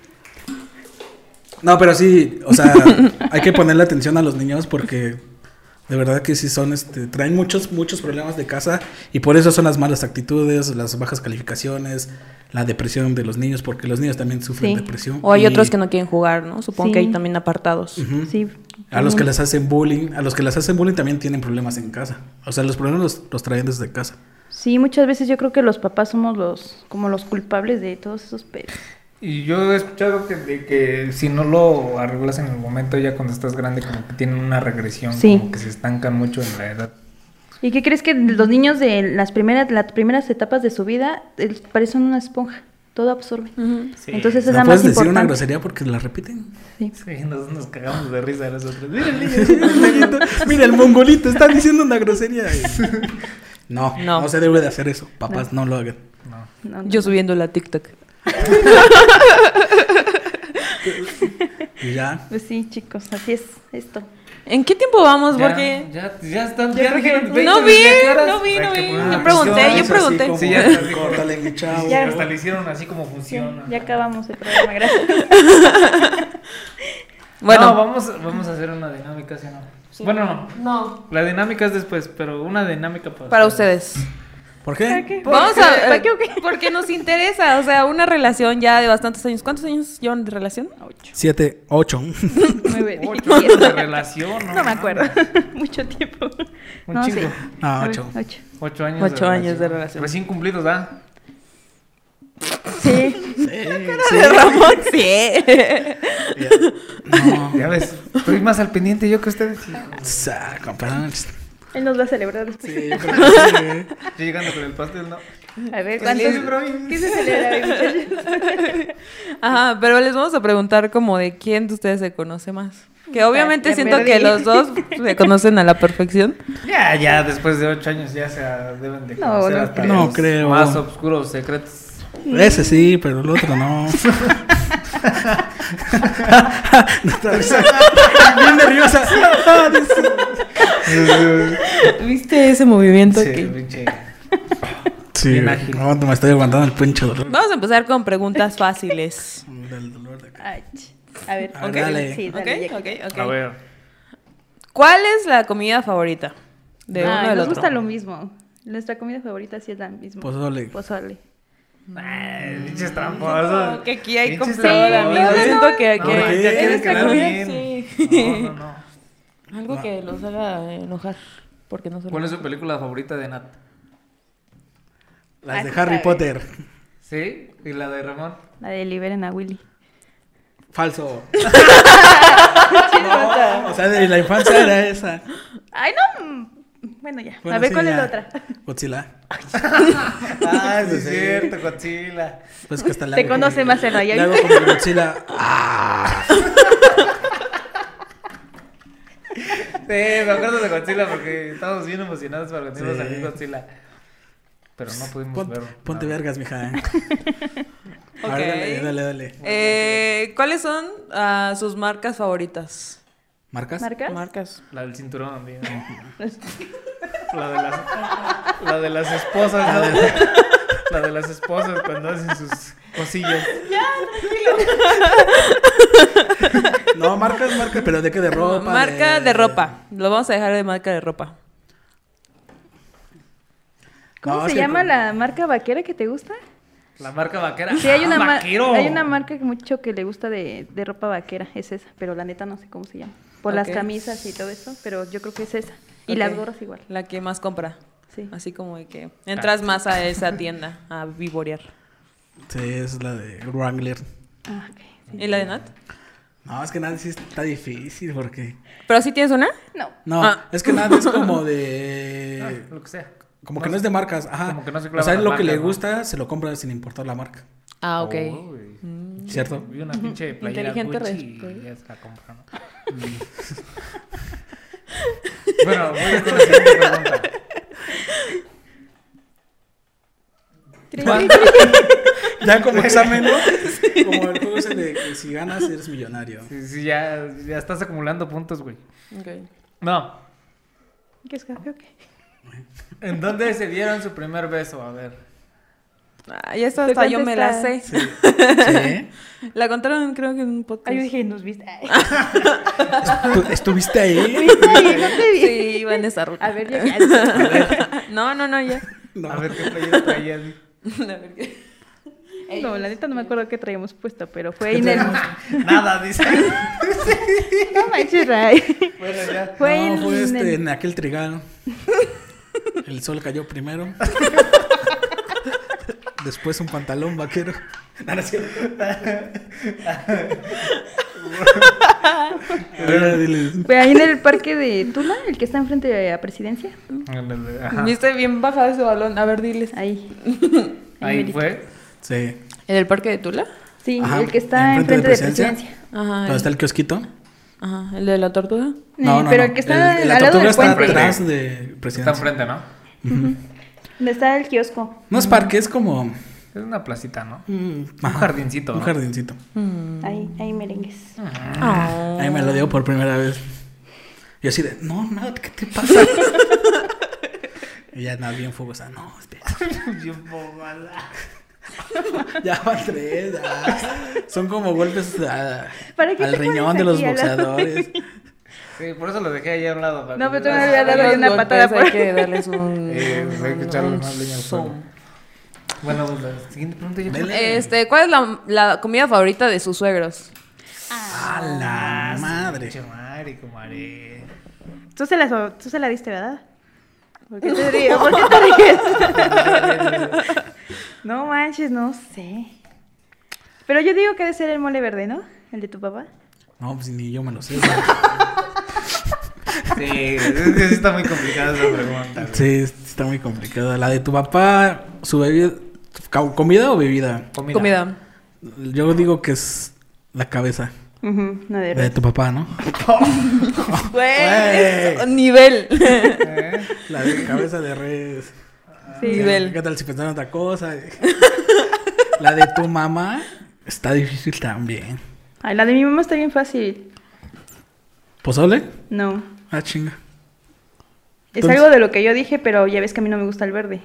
No, pero sí, o sea, hay que ponerle atención a los niños porque de verdad que sí son, este, traen muchos, muchos problemas de casa y por eso son las malas actitudes, las bajas calificaciones, la depresión de los niños, porque los niños también sufren Sí. depresión. O hay y- otros que no quieren jugar, ¿no? Supongo que Sí. hay también apartados. Ujú. Sí. A los que también. les hacen bullying, a los que les hacen bullying también tienen problemas en casa. O sea, los problemas los, los traen desde casa. Sí, muchas veces yo creo que los papás somos los como los culpables de todos esos pedos. Y yo he escuchado que, de que si no lo arreglas en el momento, ya cuando estás grande, como que tienen una regresión, Sí. como que se estancan mucho en la edad. ¿Y qué crees que los niños de las primeras las primeras etapas de su vida el- parecen una esponja? Todo absorben. Ujú. Entonces es ¿No la puedes más decir una importante. grosería porque la repiten? Sí. Sí, nos, nos cagamos de risa de nosotros. Mira el niño. Mira, el mongolito está diciendo una grosería. No, No. no, se debe de hacer eso. Papás, no, lo hagan. No. No, no. Yo subiendo la TikTok. Y ya. Pues sí, chicos, así es esto. ¿En qué tiempo vamos? Ya, Porque... ya, ya están. Yo Ya creo que- dijeron No veinte, vi, ¿desde qué horas? no vi, Hay no que vi. poner Yo una pregunté, función, yo eso pregunté. así como- Sí, ya ya, está así como- córtale, mi chavo. Sí, Ya. hasta le hicieron así como Sí, funciona. ya acabamos el programa, gracias. Bueno. No, vamos, vamos a hacer una dinámica, ¿sí o no? Bueno, no. No. La dinámica es después, pero una dinámica para, Para ustedes. ¿Por qué? ¿Para qué? Vamos ¿Para a... qué o qué? Porque nos interesa, o sea, una relación ya de bastantes años. ¿Cuántos años llevan de relación? Ocho, Siete, ocho. nueve, Ocho años de relación, ¿no? No me acuerdo. Mucho tiempo. Un No, chingo. sí. Ah, ocho. Ocho. Ocho años Ocho años de relación. Recién cumplidos, ¿ah? Sí. Sí, De Ramón, sí. No. Ya ves, estoy más al pendiente yo que ustedes. Sa, compadre. Él nos va a celebrar después. Sí, yo creo que sí. Estoy llegando con el pastel, ¿no? A ver, ¿Qué ¿cuántos? se celebra hoy? ¿Qué se celebra hoy, muchachos? Ajá, pero les vamos a preguntar como de quién de ustedes se conoce más. Que obviamente Ya siento me que reí. los dos se conocen a la perfección. Ya, ya, después de ocho años ya se deben de No, conocer no hasta creo. los No creo. más oscuros secretos. Ese sí, pero el otro no. Bien nerviosa. ¿Viste ese movimiento? Sí, que... pinche. Sí, Bien ágil. no, me estoy aguantando el pinche dolor. Vamos a empezar con preguntas fáciles. Del dolor de acá. Ay, ch- a ver, A ver, Ok. dale. Sí, ¿Ok? dale, ya Ok, que- ok. A ver. ¿Cuál es la comida favorita de uno Ay, del nos otro? gusta lo mismo. Nuestra comida favorita sí es la misma. Pozole. Pozole. Ay, pinches tramposos. No, que aquí hay Pinches control, tramposos. amigos. no, Siento no. que No, aquí ¿por ya qué? quieren esta quedar comida, bien. sí. No, no, no. Algo que los haga enojar. Porque no se ¿Cuál es su película favorita de Nat? Las Ah, de sí Harry sabe. Potter. ¿Sí? ¿Y la de Ramón? La de Liberen a Willy. Falso. No, o sea, de la infancia era esa. Ay, no. mm, Bueno, ya. Bueno, a ver, sí, ¿cuál es ya. la otra? Godzilla. Ah, sí, es Sí. cierto, Godzilla. Pues que hasta le Te hago conoce como- más el Raya. Le hago como Godzilla. Ah. Sí, me acuerdo de Godzilla porque estábamos bien emocionados para que iba a Sí. salir Godzilla. Pero no pudimos Pon- verlo. ponte No. vergas, mija. Ok. A ver, dale, dale, dale. Eh, ¿Cuáles son ah, sus marcas favoritas? ¿Marcas? ¿Marcas? Marcas. La del cinturón, amigo. La de las, la de las esposas, ¿no? La de las esposas cuando hacen sus cosillas. No, marcas, marcas, pero ¿de qué? ¿De ropa? Marca de... ropa. Lo vamos a dejar de marca de ropa. ¿Cómo No, se es que llama con- la marca vaquera que te gusta? La marca vaquera. Sí, hay una, ¡Ah, mar- vaquero! hay una marca que mucho que le gusta de, de ropa vaquera, es esa, pero la neta no sé cómo se llama. Por las Ok. camisas y todo eso, pero yo creo que es esa. Y Ok. las gorras igual. La que más compra. Sí. Así como de que entras más a esa tienda a vivorear. Sí, es la de Wrangler. Ah, ok. Sí. ¿Y la de Nat? No, es que nada sí está difícil porque... ¿Pero sí tienes una? No. No, Ah. es que nada es como Ah, de... lo que sea. Como que no es de marcas, ajá. Como que no se O clavan sea, las lo que le marcas, ¿no? gusta se lo compra sin importar la marca. Ah, ok. Uy. ¿Cierto? Vi una pinche playera Inteligente Gucci y respuesta. ya se la compró, ¿no? Bueno, voy a con la siguiente pregunta. Ya como examen, ¿no? Como el juego ese de que si ganas eres millonario. Sí, sí, ya, ya estás acumulando puntos, güey. Ok. No. ¿Qué es café o qué? ¿En dónde se dieron su primer beso? A ver. Ah, ya está, ¿Te hasta yo me la sé. contesta? Sí. La contaron creo que en un podcast. Ay, yo dije, nos viste. Ay, ¿Tú- ¿Estuviste ahí? ¿viste ahí? No te vi. Sí, iba en esa ruta. A ver, ya, ya. No, no, no, ya. No. A ver qué playera traía. así. A ver qué. No, la neta no me acuerdo qué traíamos puesto, pero fue ahí en el... Nada, dice. No manches, Ray. Bueno, ya. Fue no, en fue el- este, en aquel trigal. El sol cayó primero. Después un pantalón vaquero. No, no es cierto. A ver, diles. Fue ahí en el parque de Tula, el que está enfrente de la presidencia. Ajá. Viste bien bajado ese balón. A ver, diles. Ahí. Ahí merito. fue. Sí. ¿En el parque de Tula? Sí, Ajá, el que está enfrente enfrente de de Presidencia. presidencia. Ajá. ¿Dónde el- está el kiosquito? Ajá. ¿El de la tortuga? No, Eh, no, pero no. el que está El- la al lado tortuga del está puente. atrás de Está presidencia. enfrente, ¿no? ¿Dónde está el kiosco? No es parque, es como Es una placita, ¿no? mm, Un ajá, jardincito. un ¿no? jardincito. Mm. Ahí, ahí merengues. Ah. Ahí me lo dio por primera vez. Y así de, no, nada, ¿qué te pasa? Y ya nada, bien fogosa. No, espera. Bien bobada. Ya van tres, ya. Son como golpes a- ¿Para qué al te riñón pones de los aquí al lado? boxeadores. Sí, por eso lo dejé ahí a un lado. para No, que- pero tú me habías dado Los una golpes patada por Hay que darles un. Eh, hay que echarle un más leña al zoom. fuego. Bueno, pues, la siguiente pregunta ya. Dele. Este, ¿cuál es la, la comida favorita de sus suegros? A la madre. Pinche madre, comadre. Tú se la, tú se la diste, ¿verdad? ¿Por qué te ríes? ¿Por qué te ríes? No manches, no sé. Pero yo digo que debe ser el mole verde, ¿no? El de tu papá. No, pues ni yo me lo sé. Sí, es que sí está muy complicada esa pregunta. güey. Sí, está muy complicada. La de tu papá, su bebida, ca- ¿comida o bebida? Comida. Comida. Yo digo que es la cabeza. Ujú, una de De res. tu papá, ¿no? Güey, Güey. es nivel. ¿Eh? La de cabeza de res. Sí. Nivel. ¿Qué tal si pensaron otra cosa? La de tu mamá está difícil también. Ay, la de mi mamá está bien fácil. ¿Pozole? No. Ah, chinga. Es Entonces- algo de lo que yo dije, pero ya ves que a mí no me gusta el verde.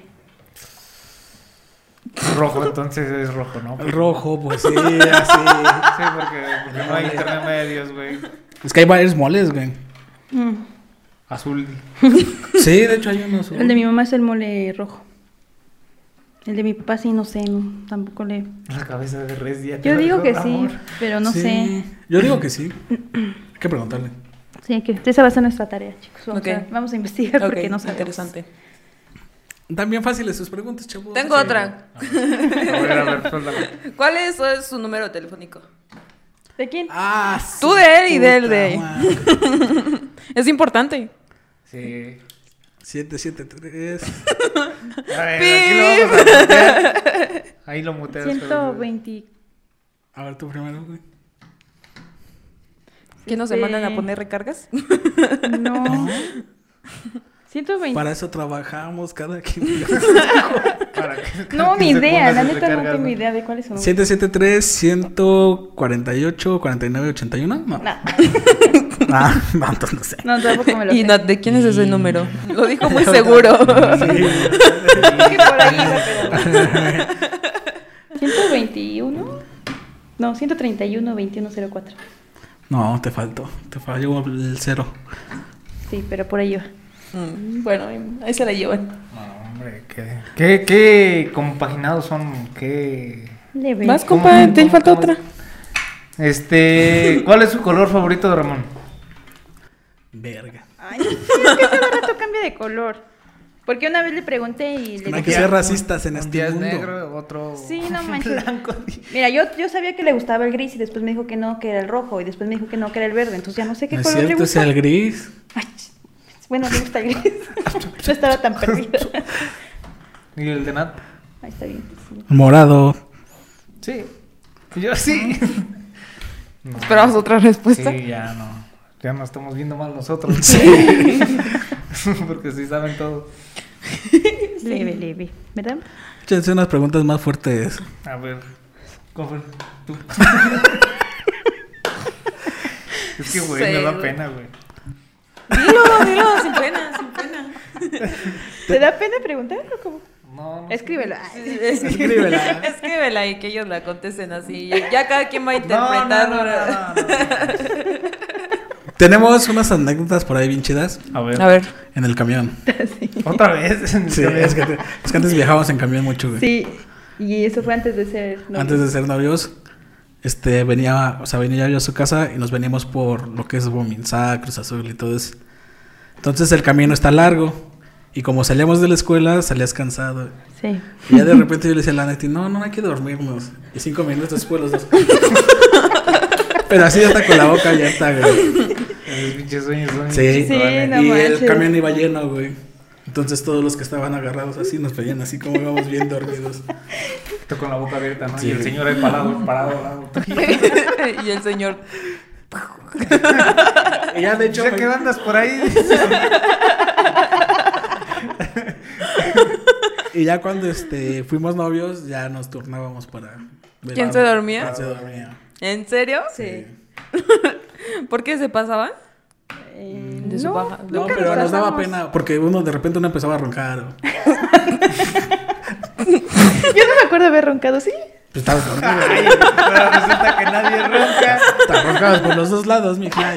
Rojo, entonces es rojo, ¿no? El rojo, pues sí, así. Sí, porque, porque no hay intermedios, güey. Es que hay varios moles, güey. Mm. Azul. Sí, de hecho hay unos. El de mi mamá es el mole rojo. El de mi papá sí, no sé, no, tampoco le... La cabeza de res ya te Yo lo digo que dijo, sí, amor. pero no Sí. sé. Yo digo que sí. Hay que preguntarle. Sí, que esa va a ser nuestra tarea, chicos. Vamos, Ok. a, vamos a investigar Ok, porque no sabemos. interesante. También fáciles sus preguntas, chavos. Tengo otra. A ver, a ver, suéltame. ¿Cuál es, es su número telefónico? ¿De quién? Ah, Tú de él y de él puta de- madre. Es importante. Sí. siete siete tres. A ver, aquí lo vamos a mutear. Ahí lo muteas. ciento veinte. A ver, tú primero, güey. ¿Qué nos Este- mandan a poner recargas? No. ciento veinte. Para eso trabajamos cada quien. Para que- No, que ni se idea, pongan la sus neta no recargas, tengo idea de cuál es su número. siete siete tres, uno cuatro ocho, cuatro nueve ocho uno. No. No, Ah, no, entonces no sé. no, tampoco me lo ¿Y sé. no, de quién es ese número? Lo dijo muy seguro. Sí. Es que por ahí iba, pero no. ciento veintiuno. No, ciento treinta y uno, veintiuno cero cuatro. No, te faltó. Te falló el cero. Sí, pero por ahí iba. Mm, bueno, ahí se la llevan. No, hombre, qué, qué, qué compaginados son, qué... Leve. Vas, ¿Cómo- compa, cómo- te cómo- falta cómo otra. es? Este, ¿cuál es su color favorito de Ramón? Verga. Ay, sí, es que cada rato cambia de color. Porque una vez le pregunté y le No hay dije... que ser racistas en Un este día es mundo. negro, otro Sí, no manches. blanco. Mira, yo, yo sabía que le gustaba el gris y después me dijo que no, que era el rojo. Y después me dijo que no, que era el verde. Entonces ya no sé qué No es color le cierto, es gusta. el gris. Ay, bueno, le gusta el gris. No estaba tan perdida. ¿Y el de Nat? Ahí está bien. Sí. Morado. Sí. Yo sí. No. ¿Esperabas otra respuesta? Sí, ya no. Ya nos estamos viendo mal nosotros. Porque sí saben todo. Leve, leve. ¿Verdad? Échense unas preguntas más fuertes. A ver, Cofer, tú. Es que, güey, me da Sí, pena, güey. Dilo, dilo, sin pena, sin pena. ¿Te da pena preguntar o cómo? No, no. Escríbelo. Escríbela. Escríbela y que ellos la contesten así. Ya, ya cada quien va a No, interpretar. no, no, no, no, no. Tenemos unas anécdotas por ahí bien chidas A ver. A ver. en el camión. Otra vez. Sí, es que, te- es que antes viajábamos en camión mucho, güey. Sí. Y eso fue antes de ser novios. Antes de ser novios, este, venía, o sea, venía yo a su casa y nos veníamos por lo que es Bominzá, Cruz Azul y todo eso. Entonces el camino está largo y como salíamos de la escuela, salías cansado. Sí. Y ya de repente yo le decía a la Neti, no, no hay que dormirnos. Y cinco minutos después los dos. Pero así ya está con la boca abierta, güey. Esos pinches sueños son Sí, Sí, no y el manches. camión iba lleno, güey. Entonces todos los que estaban agarrados así nos veían así como íbamos bien dormidos. Esto con la boca abierta, ¿no? Sí. Y el señor ahí parado, parado al lado. Y el señor. Y ya de hecho... Ya me- que andas por ahí. Y ya cuando este fuimos novios, ya nos turnábamos para... ver- ¿Quién se dormía? ¿Quién se dormía? ¿En serio? Sí. ¿Por qué se pasaban? Eh, De su no, baja- No, nunca pero nos daba pasamos. pena porque uno de repente uno empezaba a roncar. o- Yo no me acuerdo haber roncado, ¿sí? Pues estabas dormido. Ay, pero resulta que nadie ronca. Te roncabas por los dos lados, mi Clay.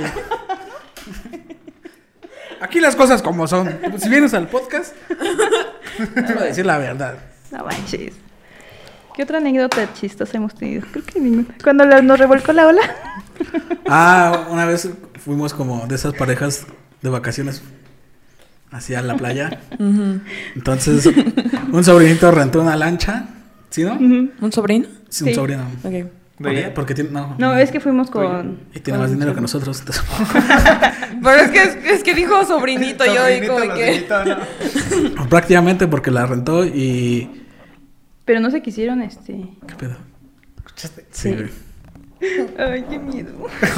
Aquí las cosas como son. Si vienes al podcast, te voy a decir la verdad. No manches. ¿Qué otra anécdota chistosa hemos tenido? Creo que ninguna. Cuando la- nos revolcó la ola. Ah, una vez fuimos como de esas parejas de vacaciones hacia la playa. Ujú. Entonces, un sobrinito rentó una lancha. ¿Sí, no? Ujú. ¿Un sobrino? Sí, un Sí. sobrino. Ok. ¿Por qué? ella? Porque tiene... No, No, es que fuimos con... y tiene con- más dinero que nosotros. entonces- Pero es que, es, es que dijo sobrinito, yo y Sobrinito como los que. invitó, ¿no? Prácticamente porque la rentó y... Pero no se quisieron, este... ¿Qué pedo? ¿Escuchaste? Sí, Sí. güey. Ay, qué miedo.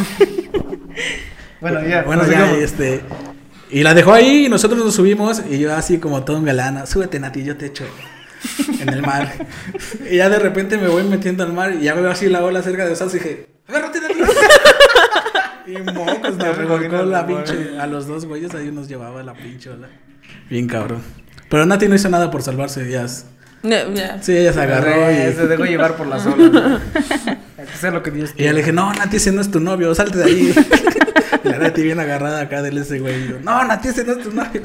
Bueno, ya. Bueno, nos ya, sigamos. este... Y la dejó ahí y nosotros nos subimos y yo así como todo un galán, súbete Nati, yo te echo en el mar. Y ya de repente me voy metiendo al mar y ya veo así la ola cerca de nosotros y dije, agárrate Nati. Y mocos, nos revolcó la pinche, a los dos güeyes ahí nos llevaba la pinche ola. Bien cabrón. Pero Nati no hizo nada por salvarse, ellas... No, ya. Sí, ella se agarró y... Se dejó llevar por las olas. ¿no? Hay que hacer lo que Dios Y ya le dije, no, Nati, ese no es tu novio, salte de ahí. Y la Nati bien agarrada acá de ese güey. Y yo, no, Nati, ese no es tu novio.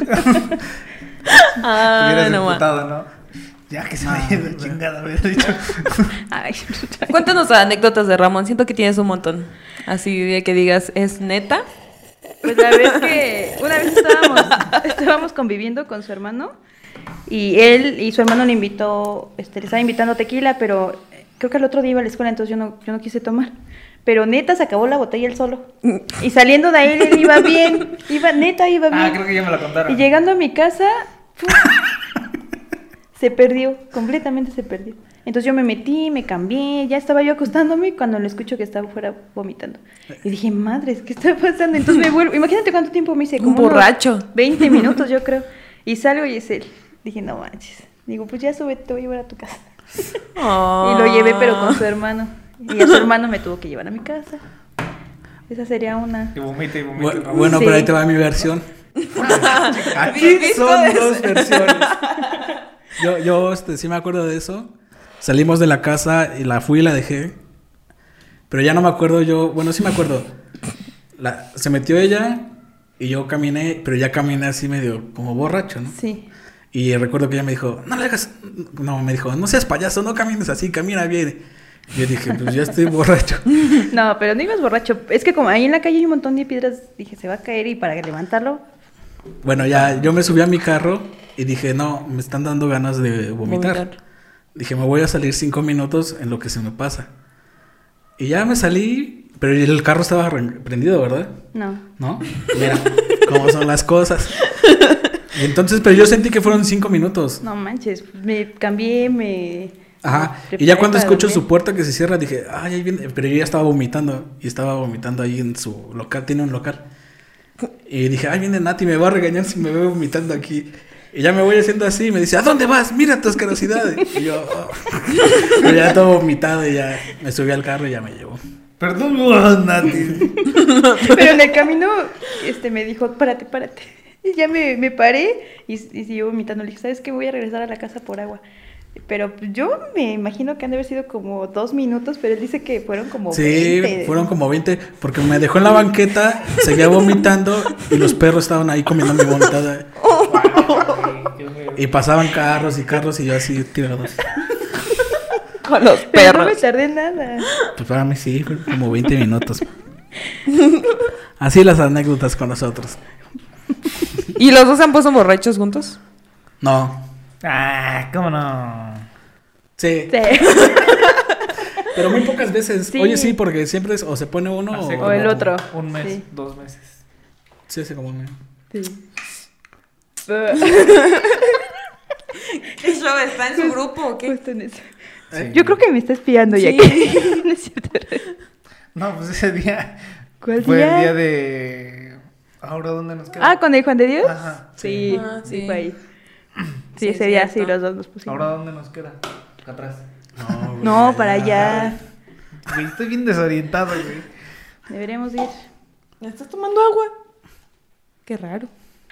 Ah, hubieras no, ma. emputado, ¿no? Ya que se me lleve la chingada, hubiera dicho. Ay, Cuéntanos anécdotas de Ramón. Siento que tienes un montón. Así de que digas, ¿es neta? pues la vez que una vez estábamos, estábamos conviviendo con su hermano y él y su hermano le invitó, este, le estaba invitando tequila, pero creo que el otro día iba a la escuela, entonces yo no, yo no quise tomar. Pero neta se acabó la botella él solo. Y saliendo de ahí él iba bien, iba neta iba bien. Ah, creo que ya me lo contaron. Y llegando a mi casa, ¡pum! Se perdió, completamente se perdió. Entonces yo me metí, me cambié, ya estaba yo acostándome cuando lo escucho que estaba fuera vomitando. Y dije, madres, ¿qué está pasando? Entonces me vuelvo, imagínate cuánto tiempo me hice, Un como unos borracho. veinte minutos yo creo. Y salgo y es él. Dije, no manches. Digo, pues ya sube, te voy a llevar a tu casa. Oh. Y lo llevé pero con su hermano. Y a su hermano me tuvo que llevar a mi casa. Esa sería una. Y vomita y vomita. Bu- Ramón. bueno, Sí. pero ahí te va mi versión. Aquí Bien visto son eso. dos versiones. Yo, yo este, sí me acuerdo de eso. Salimos de la casa y la fui y la dejé. Pero ya no me acuerdo yo. Bueno, sí me acuerdo. La, se metió ella y yo caminé, pero ya caminé así medio como borracho, ¿no? Sí. Y recuerdo que ella me dijo, no le hagas. No, me dijo, no seas payaso, no camines así, camina bien. Y yo dije, pues ya estoy borracho. No, pero no ibas borracho. Es que como ahí en la calle hay un montón de piedras, dije, se va a caer y para levantarlo. Bueno, ya yo me subí a mi carro y dije, no, me están dando ganas de vomitar. Vomitar. Dije, me voy a salir cinco minutos en lo que se me pasa. Y ya me salí, pero el carro estaba re- prendido, ¿verdad? No. ¿No? Mira cómo son las cosas. Y entonces, pero yo sentí que fueron cinco minutos. No manches, me cambié, me... Ajá. me Y ya cuando preparé escucho para su dormir. puerta que se cierra, dije, ay, ahí viene. Pero yo ya estaba vomitando. Y estaba vomitando ahí en su local. Tiene un local. Y dije, ay, viene Nati, me va a regañar si me veo vomitando aquí. Y ya me voy haciendo así. Y me dice, ¿a dónde vas? Mira tu asquerosidad. Y yo, oh. Pero ya todo vomitado. Y ya me subí al carro y ya me llevó. Perdón, oh, Nati. Pero en el camino, este, me dijo, párate, párate. Y ya me, me paré y, y siguió vomitando. Le dije, ¿sabes qué? Voy a regresar a la casa por agua. Pero yo me imagino que han de haber sido como dos minutos, pero él dice que fueron como Sí, veinte. fueron como veinte. Porque me dejó en la banqueta, seguía vomitando. Y los perros estaban ahí comiendo mi vomitada. Y pasaban carros y carros y yo así tirados. Con los Pero no me perros. tardé nada. Pues para mí sí, fue como veinte minutos. Así las anécdotas con nosotros. ¿Y los dos se han puesto borrachos juntos? No. Ah, ¿cómo no? Sí. Sí. Pero muy pocas veces. Sí. Oye, sí, porque siempre es o se pone uno Hace o... O el como otro. Un mes, Sí. dos meses. Sí, hace como un mes. Sí. ¿Qué show está en su grupo o qué? Justo en eso. Sí. Yo creo que me está espiando ya Sí. que... No es cierto. No, pues ese día ¿Cuál fue día? el día de... ¿Ahora dónde nos queda? Ah, ¿con el Juan de Dios? Ajá. Sí, Ah, sí, sí. fue ahí. Sí, Sí, ese día sí, cierto. los dos nos pusimos. ¿Ahora dónde nos queda? Acá atrás. No, güey, No, ya. para allá. Güey, estoy bien desorientado, güey. Deberíamos ir. ¿Me estás tomando agua? Qué raro.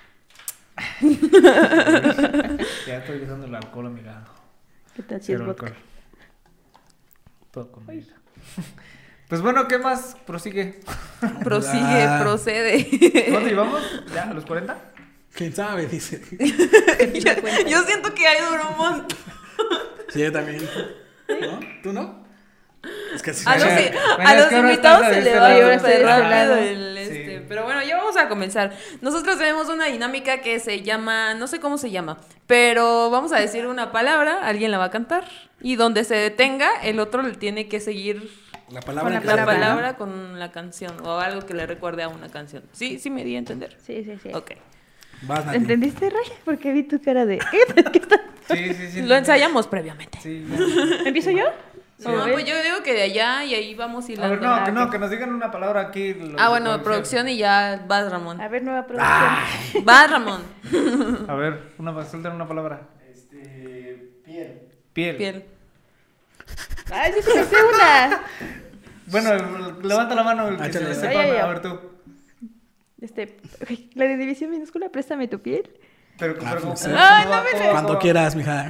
Ya estoy usando el alcohol, amiga. ¿Qué tal si es Cero vodka? alcohol. Todo con medida. Pues bueno, ¿qué más? Prosigue. Prosigue, Ah. procede. ¿Dónde íbamos? ¿Ya? ¿A los cuarenta? ¿Quién sabe? Dice. yo, yo siento que hay duró un montón. Sí, yo también. ¿No? ¿Tú no? Es que así. A los, Bueno, a bueno, es los que ahora invitados estás de se este le va a lado, ir ahora estoy de este rápido lado. el Sí. este. Pero bueno, ya vamos a comenzar. Nosotros tenemos una dinámica que se llama, no sé cómo se llama, pero vamos a decir una palabra, alguien la va a cantar y donde se detenga, el otro le tiene que seguir La palabra Con que la se- palabra con la canción o algo que le recuerde a una canción. ¿Sí? ¿Sí me di a entender? Sí, sí, sí. Ok. Vas, Nati. ¿Entendiste, Ray? Porque vi tu cara de... ¿Qué está? Sí, sí, sí. Lo ensayamos previamente. Sí. ¿Empiezo yo? No, pues yo digo que de allá y ahí vamos A hilando. ver, no, que no, que nos digan una palabra aquí. los Ah, de bueno, producción y ya vas, Ramón. A ver, nueva producción. Vas, Ramón. A ver, una, suelten una palabra. Este. Piel. Piel. Piel. Ay, yo me sé una. Bueno, levanta la mano el que Échale. se sepa. Ay, ay, ay. A ver tú. Este, la de división minúscula, préstame tu piel. Pero, pero como- pues, como- Ay, como- no me como- sé. Cuando como- quieras, mija.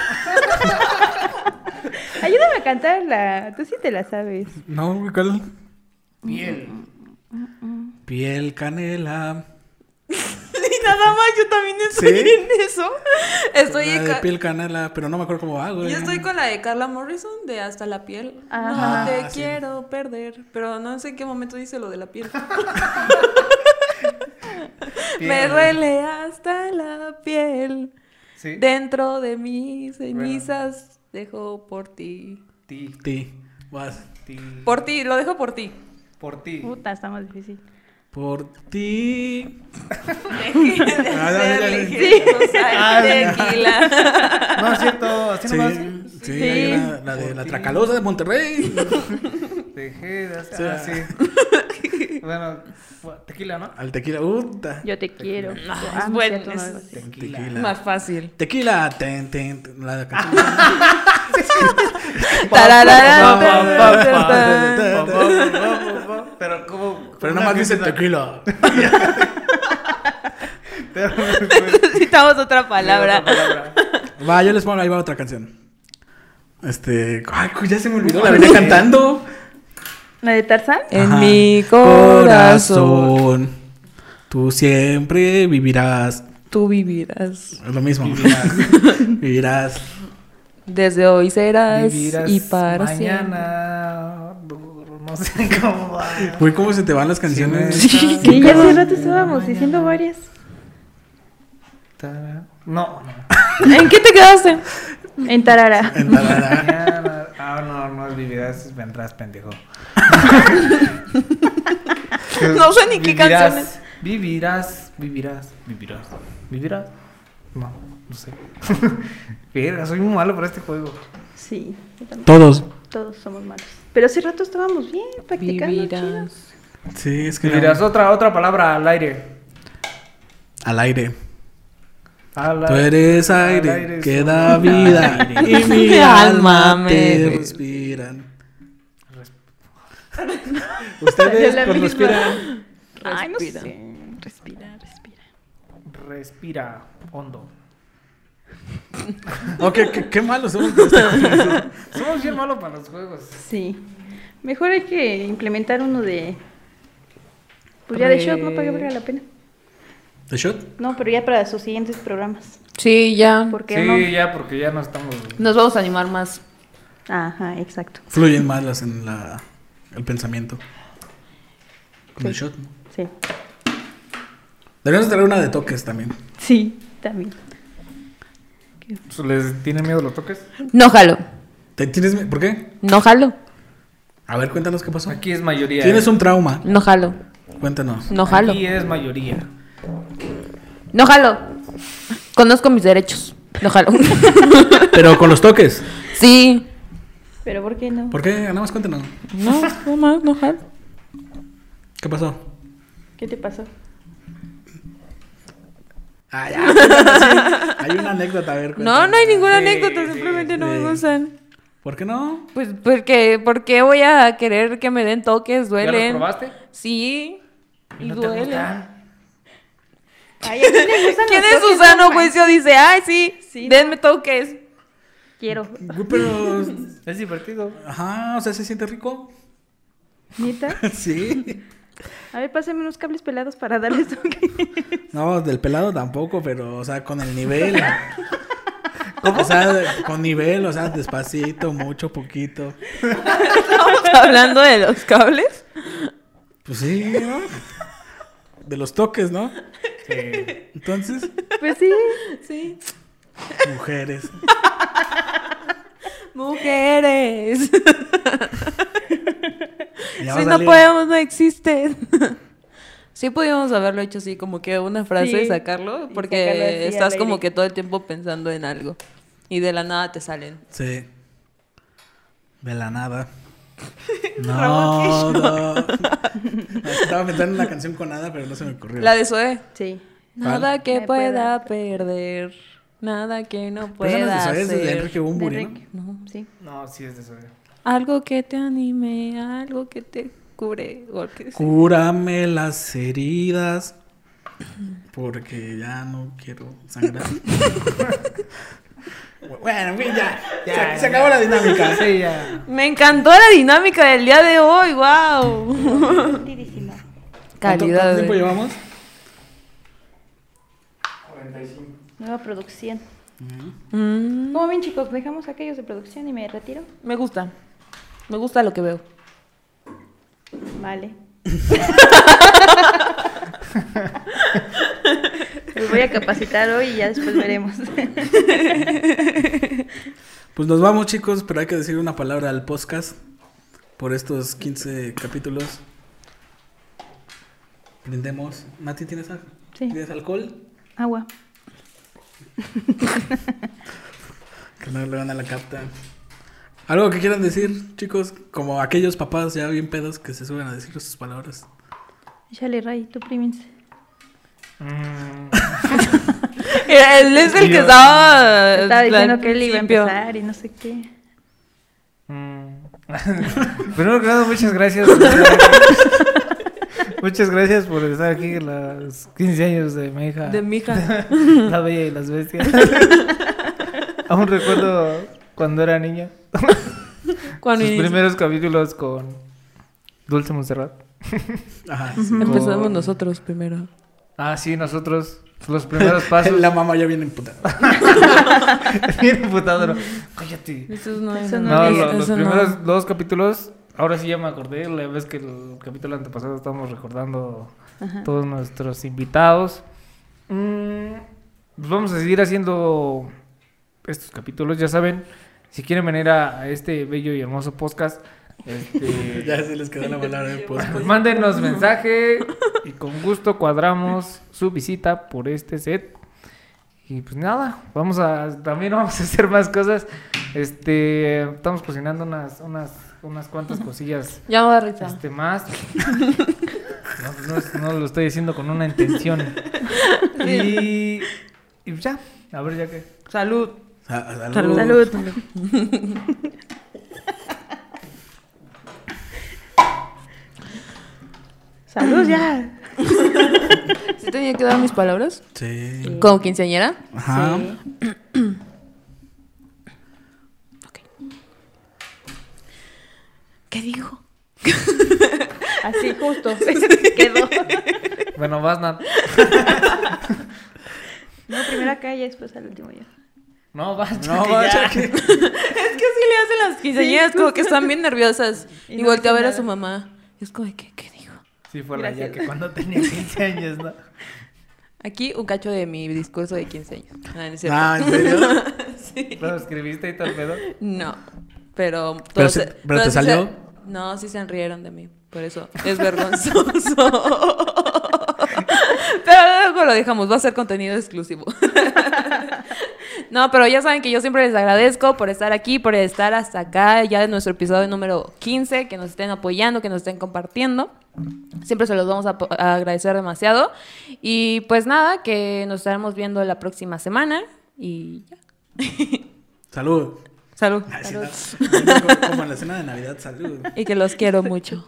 Ayúdame a cantarla. Tú sí te la sabes. No, ¿cuál? Piel. Piel canela. Y nada más, yo también estoy ¿Sí? en eso. Estoy La en de ca- piel canela, pero no me acuerdo cómo va, güey. Yo estoy con la de Carla Morrison de Hasta la piel. Ajá. No te Ah, sí. quiero perder. Pero no sé en qué momento dice lo de la piel. Piel. Me duele hasta la piel. Sí. Dentro de mis cenizas dejo por ti. Ti. Ti. Vas. Ti. Por ti, lo dejo por ti. Por ti. Puta, está más difícil. Por ti. Deje de Ah, dale, dale. hacerle gestos al tequila. No, es cierto. Así Sí, nomás. sí, Sí. hay una- la de la Tracalosa de Monterrey. Dejé de hacer. Sí. Ah, sí. Bueno, tequila, ¿no? Al tequila. Uta. Yo te quiero. Ah, Ah, es no bueno, cierto, no, es- algo así. Tequila. Tequila. Más fácil. Tequila. Ten, ten, ten, la canción. Tararara, Pa, pa, pa, pa, tararara. pa, pa, pa, pa, pa. Pero como. Pero una nomás dice pieza- tequila. Pero- Necesitamos otra palabra. Otra palabra. Va, yo les pongo ahí va otra canción. Este. Ay, pues ya se me olvidó. La venía cantando. ¿La de Tarzán? En Ajá. mi corazón, Tú siempre vivirás. tú vivirás. Es lo mismo. Vivirás. Desde hoy serás Vivirás y para siempre. mañana. No sé cómo va. Uy, ¿cómo se te van las canciones? Sí. Sí, ya hace rato estábamos diciendo varias. Ta- No, no. ¿En qué te quedaste? En Tarara. En tarara. Mañana. Ah, no, no es vivirás, vendrás, pendejo. No sé ni qué Vivirás, canciones. Vivirás, vivirás, vivirás, vivirás. No, no sé. Verga, soy muy malo para este juego. Sí, yo también. Todos. Todos somos malos. Pero hace rato estábamos bien practicando. chido. Vivirás. Sí, es que. Vivirás, otra, otra palabra al aire. Al aire. Al Tú aire. eres Al aire, aire que soy da vida. aire. Y mi Mi alma alma me te respira. respiran. De Ustedes la pues misma. respiran. Ay, no Respira. sé. Respira, respira. Respira hondo. Oh, qué, qué, qué malos somos. de esta cosa. Somos bien malos para los juegos. Sí. Mejor hay que implementar uno de. Pues ya de shot, no pague valga la pena. ¿De shot? No, pero ya para sus siguientes programas. Sí, ya. Porque Sí, no. ya, porque ya no estamos. Nos vamos a animar más. Ajá, exacto. Fluyen más las en la, el pensamiento. Con Sí. el shot, ¿no? Sí. Deberíamos traer una de toques también. Sí, también. ¿Les tienen miedo los toques? No jalo. ¿Te tienes, ¿Por qué? No jalo. A ver, cuéntanos qué pasó. Aquí es mayoría. Tienes ¿eh? un trauma. No jalo. Cuéntanos. No jalo. Aquí es mayoría. No jalo. Conozco mis derechos. No jalo. Pero con los toques. Sí. Pero ¿por qué no? ¿Por qué? Nada más cuéntanos. No, no más, no jalo. ¿Qué pasó? ¿Qué te pasó? Ah, ya. cuéntanos, sí. Hay una anécdota, a ver. No, cuéntanos. no hay ninguna Sí, anécdota, sí, simplemente no sí. me gustan. ¿Por qué no? Pues porque, ¿por qué voy a querer que me den toques? ¿Ya los Duelen. probaste? Sí. Y, ¿Y no te duelen. gustan? Ay, a mí me gustan ¿Quién los en su toques, sano no juicio dice, ay, sí, Sí, denme toques? Quiero. Güey, pero. Es divertido. Ajá, o sea, se siente rico. ¿Neta? Sí. A ver, pásame unos cables pelados para darles toque. No, del pelado tampoco, pero, o sea, con el nivel. O sea, de- con nivel, o sea, despacito, mucho, poquito. Estamos hablando de los cables. Pues sí, ¿no? De los toques, ¿no? Sí. Entonces, Pues sí. Sí. mujeres. Mujeres. Ya va Si a no salir. podemos, no existen. Sí pudimos haberlo hecho así, como que una frase, Sí. sacarlo, Y porque sacarlo así estás al como aire. que todo el tiempo pensando en algo. Y de la nada te salen. Sí. De la nada. No, no. Estaba pensando en una canción con nada, pero no se me ocurrió. La de Zoé. Sí. Nada que Me pueda pueda perder. Nada que no Pero esa no pueda es de Zoé, es de hacer. Enrique Bunbury, De ¿no? Rick. No. Sí. No, sí es de eso. Algo que te anime, algo que te cubre. O que sea. Cúrame las heridas. Porque ya no quiero sangrar. Bueno, en fin, ya. Ya, se, se acabó la dinámica. Sí, ya. Me encantó la dinámica del día de hoy, wow. Divertidísima. ¿Cuánto, Calidad. cuánto tiempo de- llevamos? cuarenta y cinco. Nueva producción. Mm, ¿Cómo ven, chicos? Dejamos aquellos de producción y me retiro. me gusta. Me gusta lo que veo. Vale. Me voy a capacitar hoy y ya después veremos. Pues nos vamos, chicos, pero hay que decir una palabra al podcast por estos quince capítulos. Brindemos. Mati, ¿tienes algo? Sí. ¿Tienes alcohol? Agua. Que no le van a la capta. ¿Algo que quieran decir, chicos? Como aquellos papás ya bien pedos que se suben a decir sus palabras. Échale, Ray, tú prímense. Mm, Él es el que Yo- estaba. Estaba diciendo al que él iba a principio. empezar y no sé qué. mm. Primero que nada, muchas gracias. Muchas gracias por estar aquí en los quince años de mi hija. De mi hija. La Bella y las Bestias. Aún recuerdo cuando era niña. Cuando Sus inició. primeros capítulos con Dulce Montserrat. Ajá. Empezamos Con- nosotros primero. Ah, sí, nosotros. Los primeros pasos. La mamá ya viene emputada. Bien emputado, ¿no? Cállate. Eso no es. Eso no No, es. lo- los Eso no. primeros dos capítulos, ahora sí ya me acordé, la vez que el capítulo antepasado estábamos recordando Ajá. todos nuestros invitados. Mm, pues vamos a seguir haciendo estos capítulos, ya saben, si quieren venir a, a este bello y hermoso podcast, este, Ya se les quedó la palabra de post. pues mándenos mensaje y con gusto cuadramos su visita por este set. Y pues nada, vamos a también vamos a hacer más cosas. Este, estamos cocinando unas unas unas cuantas cosillas Ya me da risa. este más. No, no, es- no lo estoy diciendo con una intención. Y y pues ya, a ver ya que. Salud. Sa- Salud. Salud. Salud. Salud ya. ¿Sí tenía que dar mis palabras? Sí. ¿Como quinceañera? Ajá. Ok. ¿Qué dijo? Así justo. Quedó. Bueno, vas Nat. No, primero acá y después al último yo. No, vas. No, que vaya ya. que- Es que así le hacen las quinceañeras, Sí, como que están bien nerviosas. Y Y, no voltea a dicen ver a nada. su mamá. Y es como, de, ¿qué, qué dijo? Sí, fue la ya Gracias. que cuando tenía quince años, ¿no? Aquí un cacho de mi discurso de quince años. Ah, ¿no es cierto? Ah, ¿en serio? Sí. ¿Lo escribiste y tal pedo? No, pero... Pero todos se- se- pero te todos sí se- salió. no, sí se rieron de mí, por eso es vergonzoso. Pero luego lo dejamos, va a ser contenido exclusivo. No, pero ya saben que yo siempre les agradezco por estar aquí, por estar hasta acá, ya en nuestro episodio número quince, que nos estén apoyando, que nos estén compartiendo. Siempre se los vamos a, po- a agradecer demasiado. Y pues nada, que nos estaremos viendo la próxima semana y ya. Salud. Salud. Ay, sí, no. Como- Como en la cena de Navidad, salud. Y que los quiero mucho.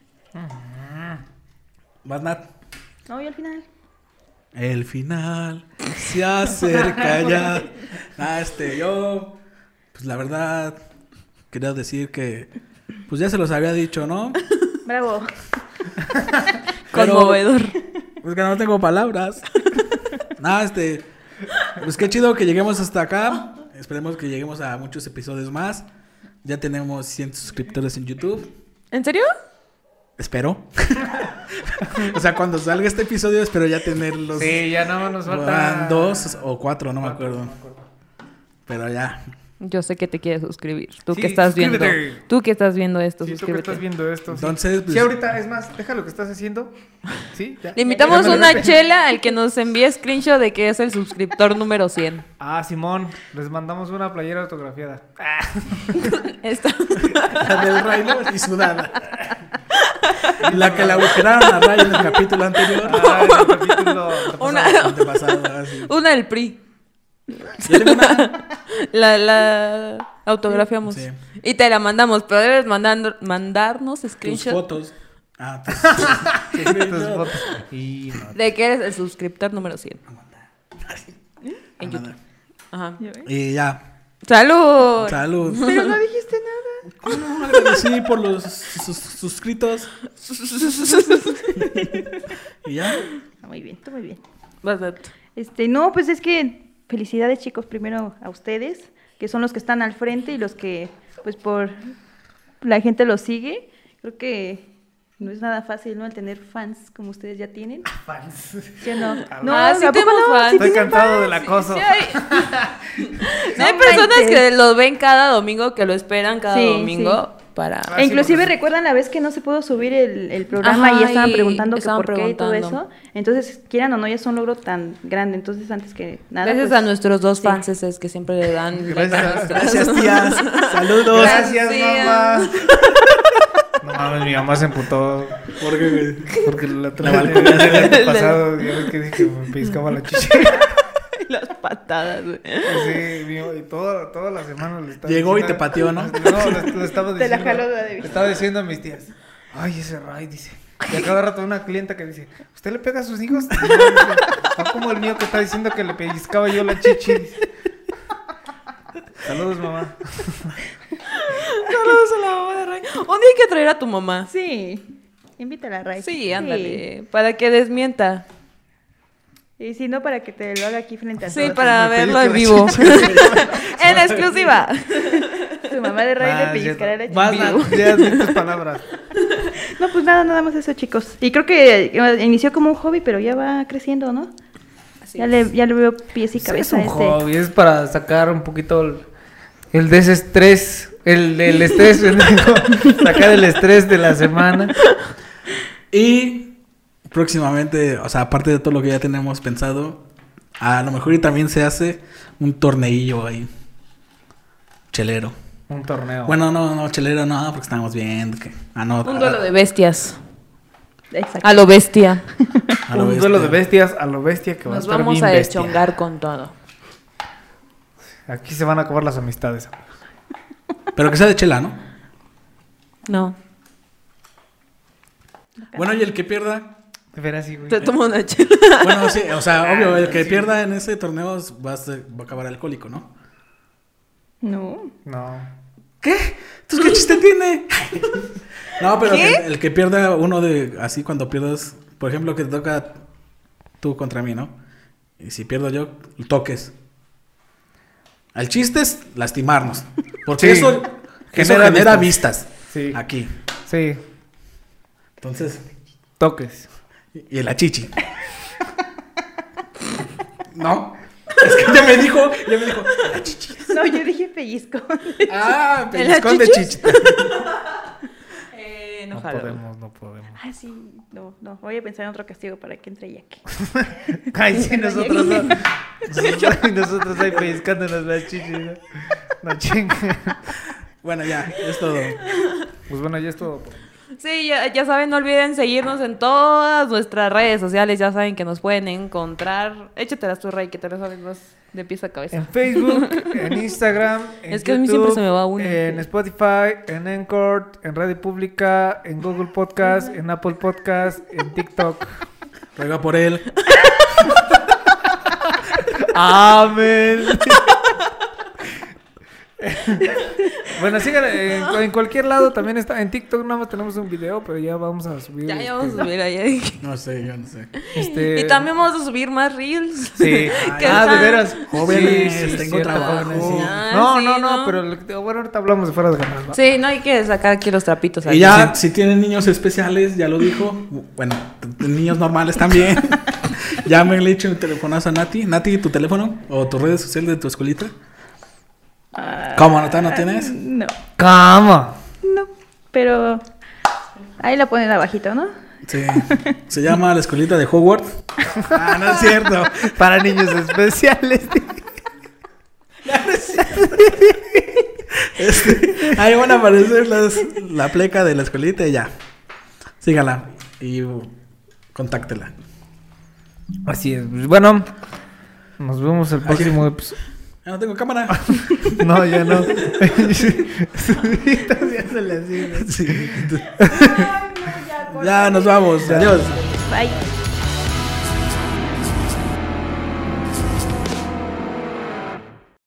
Vas, Nat. No, yo al final. El final se acerca ya. Ah, este, yo, pues la verdad, quería decir que, pues ya se los había dicho, ¿no? Bravo. Pero- Conmovedor. Pues que no tengo palabras. Nada, este, pues qué chido que lleguemos hasta acá. Esperemos que lleguemos a muchos episodios más. Ya tenemos cien suscriptores en YouTube. ¿En serio? Espero. O sea, cuando salga este episodio, espero ya tener los Sí, ya no nos falta. dos o cuatro, no me Cuatro, acuerdo. no me acuerdo. Pero ya, Yo sé que te quieres suscribir. Tú Sí, que estás viendo. suscríbete. Tú que estás viendo esto, Sí, tú que suscríbete. estás viendo esto. sí. Entonces, pues, Sí, ahorita, es más, deja lo que estás haciendo. Sí, ya. Le invitamos Ya me una dejaste. chela al que nos envíe screenshot de que es el suscriptor número cien. Ah, Simón, les mandamos una playera autografiada. Esta. la del Ray, ¿no? Y sudada. La que le agujeraron a Ray en el capítulo anterior. Ah, el capítulo Una- antepasado. Antepasado, así. Una del P R I. Yo tengo una. La, la autografiamos. Sí. Y te la mandamos, pero debes mandando, mandarnos Tus screenshot fotos. Ah, tus, Tus fotos. Y no. de que eres el suscriptor número cien. En Ah, YouTube. nada. Ajá. Y ya. ¡Salud! Salud. Pero no dijiste nada. No, agradecí por los sus- suscritos. Y ya. Ah, muy bien, está muy bien. Bastante. Este, no, pues es que felicidades, chicos, primero a ustedes, que son los que están al frente y los que, pues por la gente los sigue. Creo que no es nada fácil, ¿no? El tener fans como ustedes ya tienen. Fans. ¿Sí o no? Ah, sí ¿a poco tenemos no? fans. ¿Sí Estoy tienen cansado fans? del acoso. Sí, hay, No hay personas manches. que lo ven cada domingo, que lo esperan cada Sí, domingo para... Ah, E sí, inclusive porque- recuerdan la vez que no se pudo subir el, el programa Ajá, y ya estaban y preguntando que estaban por qué y todo preguntando. eso. Entonces, quieran o no, ya es un logro tan grande. Entonces, antes que nada. Gracias pues, a nuestros dos sí. fans es que siempre le dan... like a Gracias. nuestras- Gracias, tías. Saludos. Gracias, Gracias. mamá. No mames, mi mamá se emputó. Porque, güey. Porque la La otra balcona. el año pasado, ya ves que dije que me pellizcaba la chicha. Las patadas, güey. Sí, mi- y toda, toda la semana le estaba Llegó y diciendo- te pateó, ¿no? No, le, le estaba diciendo. Te la jaló de Le estaba diciendo a mis tías. Ay, ese Ray, dice. Y a cada rato una clienta que dice, ¿usted le pega a sus hijos? No, dice, no como el mío que está diciendo que le pellizcaba yo la chichi. Dice. Saludos, mamá. Saludos a la mamá de Ray. Un día hay que traer a tu mamá. Sí. Invítala, Ray. Sí, ándale. Para que desmienta. Y si no, para que te lo haga aquí frente a Sí, todos. para me verlo en pellizco vivo. la En exclusiva. Tu mamá de Ray Ah, le pellizcará la cierto. Vas, chichi. Nat, ya di tus palabras. No, pues nada, nada más eso, chicos. Y creo que eh, inició como un hobby, pero ya va creciendo, ¿no? Ya le, ya le veo pies y Es cabeza un a este. hobby, es para sacar un poquito el, el desestrés, el, el estrés, pendejo, sacar el estrés de la semana. Y próximamente, o sea, aparte de todo lo que ya tenemos pensado, a lo mejor y también se hace un torneillo ahí. Chelero. Un torneo. Bueno, no, no, chelero no, porque estamos viendo que. Ah, no. Un duelo de bestias. Exacto. A lo bestia. a lo un bestia. duelo de bestias a lo bestia que va a Nos estar vamos bien a bestia. deschongar con todo. Aquí se van a acabar las amistades. Pero que sea de chela, ¿no? No. Bueno, y el que pierda. De veras, sí, güey. Te tomo una chela. Bueno, sí, o sea, obvio, el que pierda en ese torneo va a, ser- va a acabar alcohólico, ¿no? No. No. ¿Qué? ¿Entonces qué chiste tiene? No, pero ¿Qué? El, el que pierda uno de. Así cuando pierdas. Por ejemplo, que te toca tú contra mí, ¿no? Y si pierdo yo, toques. El chiste es lastimarnos. Porque Sí. eso Genera genera, genera vistas. vistas. Sí. Aquí. Sí. Entonces. Toques. Y en la chichi. ¿No? Es que ya me dijo. Ya me dijo. La chichi. No, yo dije pellizco. Ah, ¿En la pellizcón de chichi? chichi. Eh, No no, jalo. podemos, no podemos. Ah, sí. No, no. Voy a pensar en otro castigo para que entre Jackie. Ay, sí, nosotros no. Nosotros, nosotros ahí pellizcándonos las chichis. No, no chinga. Bueno, ya, es todo. Pues bueno, ya es todo. Sí, ya, ya saben, no olviden seguirnos en todas nuestras redes sociales. Ya saben que nos pueden encontrar. Échatelas tú, Ray, que te lo sabes más de pies a cabeza. En Facebook, en Instagram, en Es que a mí siempre YouTube, se me va uno. en Spotify, en Anchor, en Radio Pública, en Google Podcast, en Apple Podcast, en TikTok. Ruega por él. Amén. Bueno, sigan en, en cualquier lado. También está en TikTok. Nada más tenemos un video, pero ya vamos a subir. Ya, ya este, vamos a subir ahí. No sé, yo no sé. este- Y también vamos a subir más reels. Sí. Que Ah, de están- veras. Jóvenes, tengo cierto, trabajo. jóvenes, sí. Ah, No, sí, no, no, no. pero lo que- bueno, ahorita hablamos de fuera de cámara, ¿no? Sí, no hay que sacar aquí los trapitos. Y aquí. ya, si tienen niños especiales, ya lo dijo. Bueno, t- niños normales también. Ya me le he hecho un telefonazo a Nati. Nati, ¿tu teléfono? ¿O tus redes sociales de tu escuelita? Ah, ¿Cómo? ¿No, no tienes? No, ¿Cómo? no. Pero ahí la ponen abajito, ¿no? Sí. Se llama la escuelita de Hogwarts. Ah, no es cierto. Para niños especiales. Este, ahí van a aparecer las, la pleca de la escuelita y ya. Sígala y uh, contáctela. Así es. Pues, bueno, nos vemos el próximo episodio. Ya no tengo cámara. No, ya no. Ya se le sigue. Sí. Ya nos vamos. Adiós. Bye.